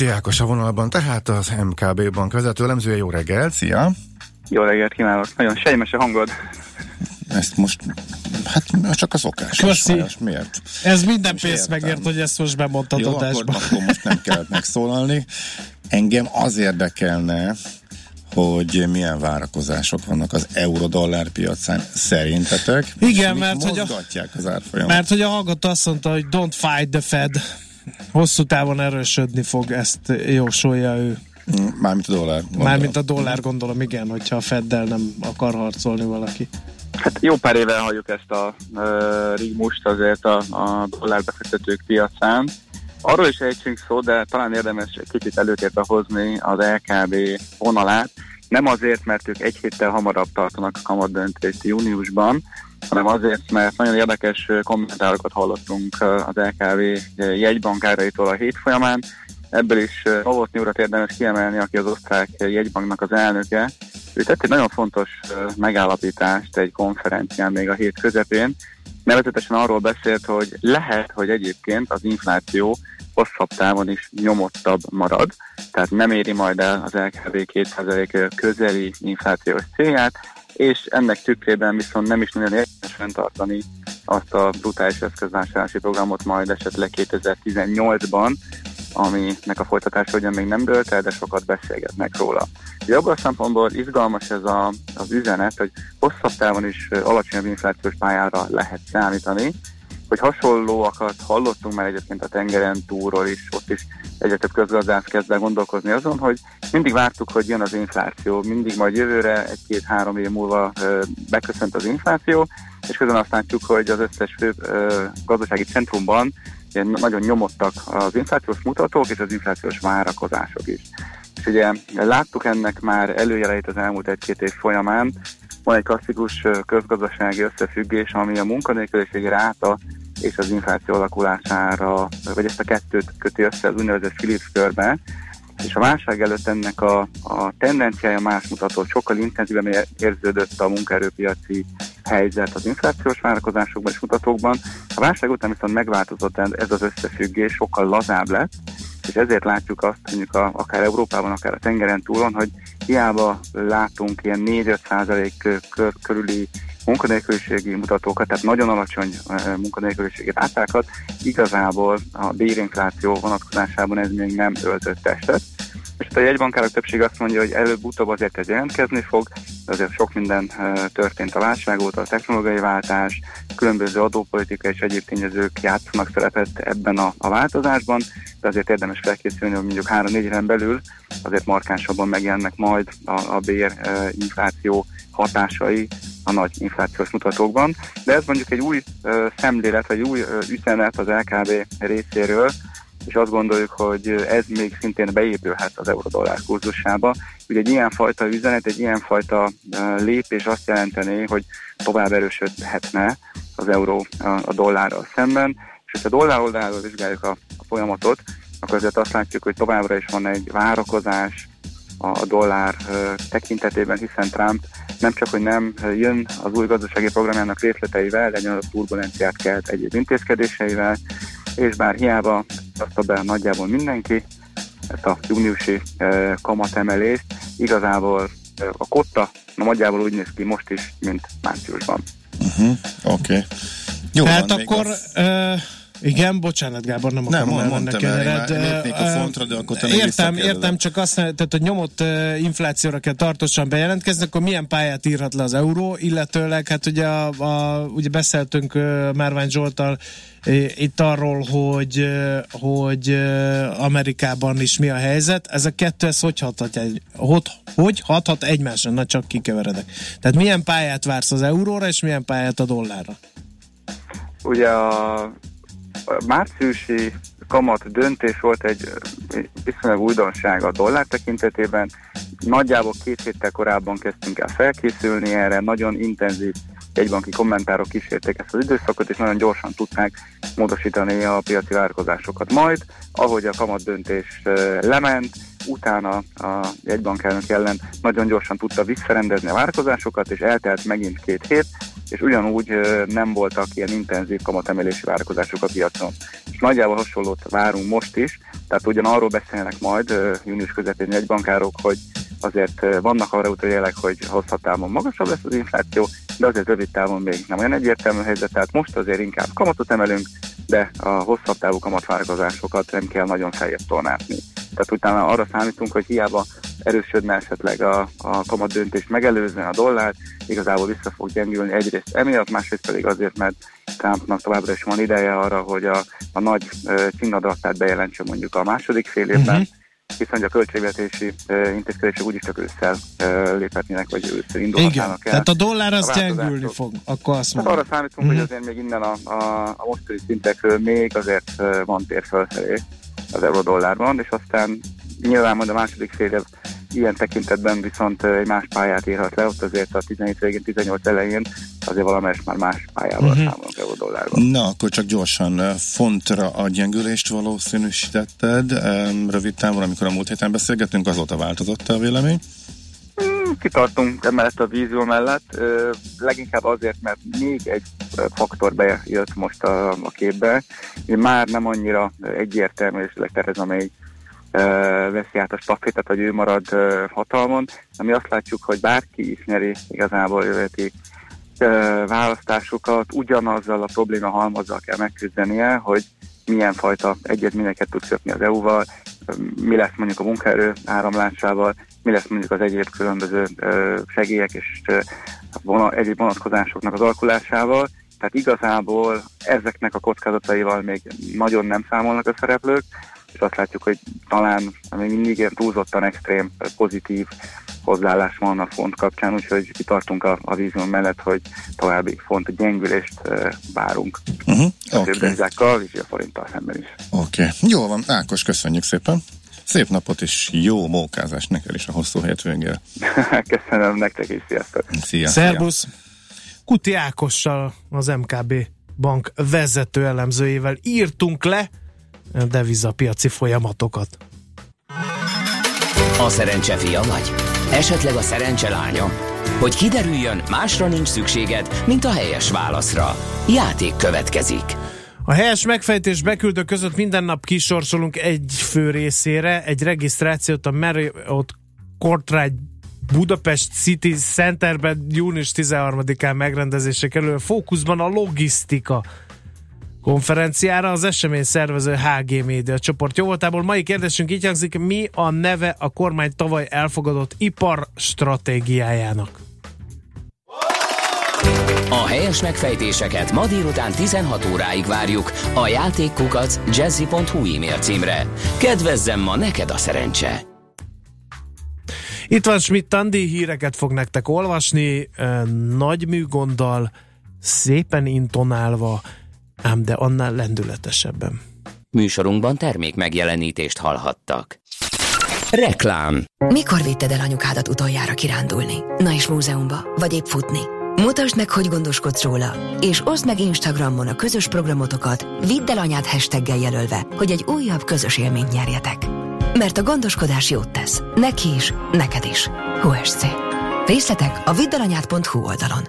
Újti Ákos a vonalban, tehát az MKB Bank vezető elemzője. Jó reggelt, szia! Jó reggelt kívánok, nagyon sejmes a hangod. Ezt most, hát csak a szokás. Köszi. Miért? Ez minden pénzt megért, hogy ezt most bemondtad jó, adásba. akkor most nem kellett megszólalni. Engem az érdekelne, hogy milyen várakozások vannak az euró-dollár piacán szerintetek. Igen, mert hogy, az árfolyamot. mert hogy a hallgató azt mondta, hogy don't fight the Fed. Hosszú távon erősödni fog, ezt jósolja ő. Mármint a dollár. Mármint a dollár, gondolom, igen, hogyha a Feddel nem akar harcolni valaki. Hát jó pár éve halljuk ezt a rigmust azért a dollárbefektetők piacán. Arról is ejtsünk szó, de talán érdemes egy kicsit előtérbe hozni az LKB vonalát. Nem azért, mert ők egy héttel hamarabb tartanak a kamatdöntést júniusban, hanem azért, mert nagyon érdekes kommentárokat hallottunk az LKB jegybankáraitól a hét folyamán. Ebből is Novotny urat érdemes kiemelni, aki az osztrák jegybanknak az elnöke. Ő tett egy nagyon fontos megállapítást egy konferencián még a hét közepén. Nevezetesen arról beszélt, hogy lehet, hogy egyébként az infláció hosszabb távon is nyomottabb marad, tehát nem éri majd el az LKB 2% közeli inflációs célját, és ennek tükrében viszont nem is nagyon érdemes fenntartani azt a brutális eszközvásárlási programot majd esetleg 2018-ban, aminek a folytatása ugyan még nem dőlt el, de sokat beszélgetnek róla. Ugye abban a szempontból izgalmas ez az üzenet, hogy hosszabb távon is alacsonyabb inflációs pályára lehet számítani, hogy hasonlóakat hallottunk már egyébként a tengeren túlról is, ott is egyre több közgazdász kezd el gondolkozni azon, hogy mindig vártuk, hogy jön az infláció, mindig majd jövőre, 1-2-3 év múlva beköszönt az infláció, és közben azt látjuk, hogy az összes fő gazdasági centrumban nagyon nyomottak az inflációs mutatók és az inflációs várakozások is. És ugye láttuk ennek már előjeleit az elmúlt 1-2 év folyamán. Van egy klasszikus közgazdasági összefüggés, ami a munkanélküliségi ráta és az infláció alakulására, vagy ezt a kettőt köti össze az úgynevezett Phillips körbe, és a válság előtt ennek a tendenciája más mutatott, sokkal intenzíven érződött a munkaerőpiaci helyzet az inflációs várakozásokban és mutatókban. A válság után viszont megváltozott ez az összefüggés, sokkal lazább lett, és ezért látjuk azt, mondjuk akár Európában, akár a tengeren túlon, hogy hiába látunk ilyen 4-5% körüli munkanélküliségi mutatókat, tehát nagyon alacsony munkanélküliségi rátákat, igazából a bérinfláció vonatkozásában ez még nem öltött testet. És a jegybankárok többség azt mondja, hogy előbb-utóbb azért ez jelentkezni fog, de azért sok minden történt a válság óta, a technológiai váltás, különböző adópolitikai és egyéb tényezők játszanak szerepet ebben a változásban, de azért érdemes felkészülni, hogy mondjuk 3-4 éven belül azért markánsabban megjelennek majd a bérinfláció hatásai a nagy inflációs mutatókban. De ez mondjuk egy új szemlélet, vagy új üzenet az LKB részéről, és azt gondoljuk, hogy ez még szintén beépülhet az euró-dollár kurzusába. Ugye egy ilyenfajta üzenet, egy ilyenfajta lépés azt jelenteni, hogy tovább erősödhetne az euró a dollárral szemben, és ha a dollár oldalról vizsgáljuk a folyamatot, akkor azért azt látjuk, hogy továbbra is van egy várakozás a dollár tekintetében, hiszen Trump nem csak, hogy nem jön az új gazdasági programjának részleteivel, de a turbulenciát kelt egyéb intézkedéseivel, és bár hiába azt be nagyjából mindenki ezt a júniusi kamatemelést, igazából a kotta nagyjából úgy néz ki most is, mint márciusban. Oké. Jó, hát akkor... Igen, bocsánat Gábor, nem akarom elvennek ered. Lépnék a fontra, de akkor te értem, csak azt tehát, hogy nyomott inflációra kell tartósan bejelentkezni, akkor milyen pályát írhat le az euró, illetőleg, hát ugye, ugye beszéltünk Márvány Zsolttal itt arról, hogy Amerikában is mi a helyzet. Ez a kettő, ez hogy hathat egymásra? Na, csak kikeveredek. Tehát milyen pályát vársz az euróra, és milyen pályát a dollárra? Ugye a márciusi kamat döntés volt egy viszonylag újdonság a dollár tekintetében. Nagyjából 2 héttel korábban kezdtünk el felkészülni erre, nagyon intenzív jegybanki kommentárok kísérték ezt az időszakot, és nagyon gyorsan tudták módosítani a piaci várakozásokat. Majd, ahogy a kamat döntés lement, utána a jegybankelnök ellen nagyon gyorsan tudta visszarendezni a várakozásokat, és eltelt megint 2 hét, és ugyanúgy nem voltak ilyen intenzív kamatemelési várakozások a piacon. És nagyjából hasonlót várunk most is, tehát ugyan arról beszélnek majd június közepén jegybankárok, hogy azért vannak arra utaló jelek, hogy hosszabb távon magasabb lesz az infláció, de azért rövid távon még nem olyan egyértelmű helyzet, tehát most azért inkább kamatot emelünk, de a hosszabb távú kamatvárakozásokat nem kell nagyon feljebb tornázni. Tehát utána arra számítunk, hogy hiába erősödne esetleg a kamat döntést megelőzően a dollár, igazából vissza fog gyengülni egyrészt emiatt, másrészt pedig azért, mert Trumpnak továbbra is van ideje arra, hogy a nagy csignadratát bejelentse mondjuk a második fél évben, hiszen a költségvetési intézkedések úgyis csak ősszel léphetnének, vagy ősszel indulhatnának el. Tehát a dollár az gyengülni fog, akkor azt mondom. Arra számítunk, hogy azért még innen a mostani szintekről még azért van tér fölfelé az euró-dollárban, és aztán nyilván majd a második fél év ilyen tekintetben viszont egy más pályát írhat le, ott azért a 17 végén, 18 elején azért valamelyest már más pályával számolunk euró-dollárban. Na, akkor csak gyorsan fontra a gyengülést valószínűsítetted. Rövid távon, amikor a múlt héten beszélgettünk, azóta változott a vélemény? Kitartunk emellett a vízió mellett, leginkább azért, mert még egy faktor bejött most a képbe, már nem annyira egyértelmű, és Theresa May veszi át a stafétát, hogy ő marad hatalmon, ami azt látjuk, hogy bárki is nyeri igazából jövőti választásokat, ugyanazzal a probléma halmazzal kell megküzdenie, hogy milyen fajta egyezményeket tud kötni az EU-val, mi lesz mondjuk a munkaerő áramlásával, mi lesz mondjuk az egyéb különböző segélyek és egyéb vonatkozásoknak az alakulásával. Tehát igazából ezeknek a kockázataival még nagyon nem számolnak a szereplők, és azt látjuk, hogy talán még mindig ilyen túlzottan extrém, pozitív hozzáállás van a font kapcsán, úgyhogy kitartunk a vízión mellett, hogy további font gyengülést várunk. A többdevizákkal, és a forinttal szemben is. Oké. Jó van, Ákos, köszönjük szépen. Szép napot és jó mókázást neked is a hosszú hétvégére. Köszönöm nektek is, sziasztok! Szia! Szerbusz! Kuti Ákossal, az MKB bank vezető elemzőjével írtunk le devizapiaci folyamatokat. A szerencse fia vagy? Esetleg a szerencse lánya? Hogy kiderüljön, másra nincs szükséged, mint a helyes válaszra. Játék következik. A helyes megfejtés beküldő között minden nap kisorsolunk egy fő részére egy regisztrációt a Marriott Courtright Budapest City Centerben június 13-án megrendezésre kerül. Fókuszban a logisztika konferenciára az esemény szervező HG Média csoport jóvoltából. Mai kérdésünk így hangzik: mi a neve a kormány tavaly elfogadott iparstratégiájának? A helyes megfejtéseket ma délután 16 óráig várjuk a játékkukac@jazzy.hu e-mail címre. Kedvezzem ma neked a szerencse! Itt van Schmidt Andi, híreket fog nektek olvasni, nagy műgonddal, szépen intonálva, ám de annál lendületesebben. Műsorunkban termék megjelenítést hallhattak. Reklám. Mikor vitted el anyukádat utoljára kirándulni? Na és múzeumba, vagy épp futni? Mutasd meg, hogy gondoskodsz róla, és oszd meg Instagramon a közös programotokat, vidd el anyád hashtaggel jelölve, hogy egy újabb közös élményt nyerjetek. Mert a gondoskodás jót tesz. Neki is, neked is. HSC. Részletek a viddalanyád.hu oldalon.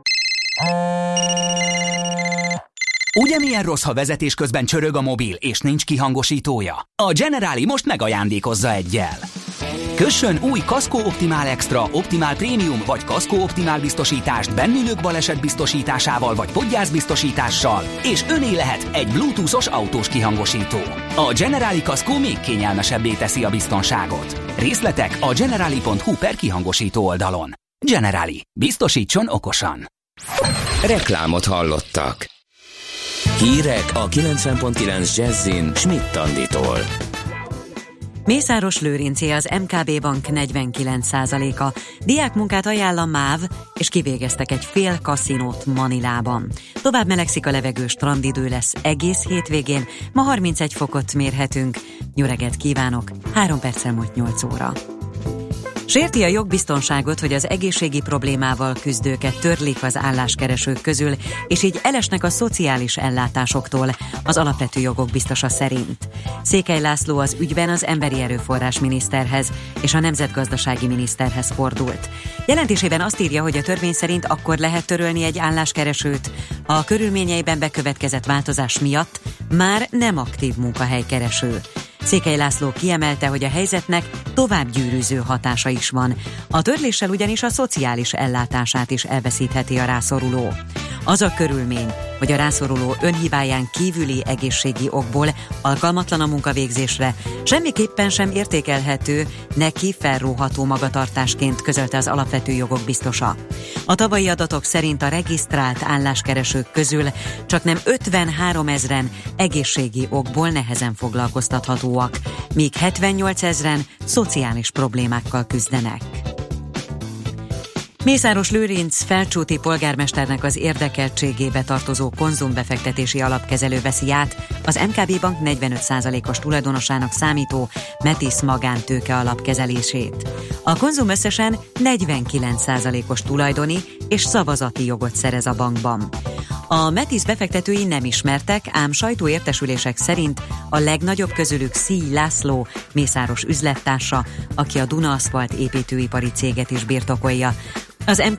Ugye milyen rossz, ha vezetés közben csörög a mobil, és nincs kihangosítója? A Generali most megajándékozza eggyel. Kössön új Kasko Optimál Extra, Optimál Prémium vagy Kasko Optimál biztosítást bennülők baleset biztosításával vagy podgyászbiztosítással, és öné lehet egy bluetoothos autós kihangosító. A Generali Kasko még kényelmesebbé teszi a biztonságot. Részletek a generali.hu/kihangosító oldalon. Generali. Biztosítson okosan. Reklámot hallottak. Hírek a 90.9 Jazzin Schmidt Anditól. Mészáros Lőrincé, az MKB bank 49%-a. Diákmunkát ajánl a MÁV, és kivégeztek egy fél kaszinót Manilában. Tovább melegszik a levegő, strandidő lesz egész hétvégén, ma 31 fokot mérhetünk. Jó reggelt kívánok, 3 perccel múlt 8 óra. Sérti a jogbiztonságot, hogy az egészségi problémával küzdőket törlik az álláskeresők közül, és így elesnek a szociális ellátásoktól, az alapvető jogok biztosa szerint. Székely László az ügyben az emberi erőforrás miniszterhez és a nemzetgazdasági miniszterhez fordult. Jelentésében azt írja, hogy a törvény szerint akkor lehet törölni egy álláskeresőt, ha a körülményeiben bekövetkezett változás miatt már nem aktív munkahelykereső. Székely László kiemelte, hogy a helyzetnek tovább gyűrűző hatása is van. A törléssel ugyanis a szociális ellátását is elveszítheti a rászoruló. Az a körülmény, hogy a rászoruló önhibáján kívüli egészségi okból alkalmatlan a munkavégzésre, semmiképpen sem értékelhető, neki felróható magatartásként, közölte az alapvető jogok biztosa. A tavalyi adatok szerint a regisztrált álláskeresők közül csaknem 53 000 egészségi okból nehezen foglalkoztathatóak, míg 78 000 szociális problémákkal küzdenek. Mészáros Lőrinc felcsúti polgármesternek az érdekeltségébe tartozó konzumbefektetési alapkezelő veszi át az MKB Bank 45%-os tulajdonosának számító Metisz magántőke alapkezelését. A Konzum összesen 49%-os tulajdoni és szavazati jogot szerez a bankban. A Metisz befektetői nem ismertek, ám sajtóértesülések szerint a legnagyobb közülük Szíj László, Mészáros üzlettársa, aki a Duna Aszfalt építőipari céget is birtokolja. Az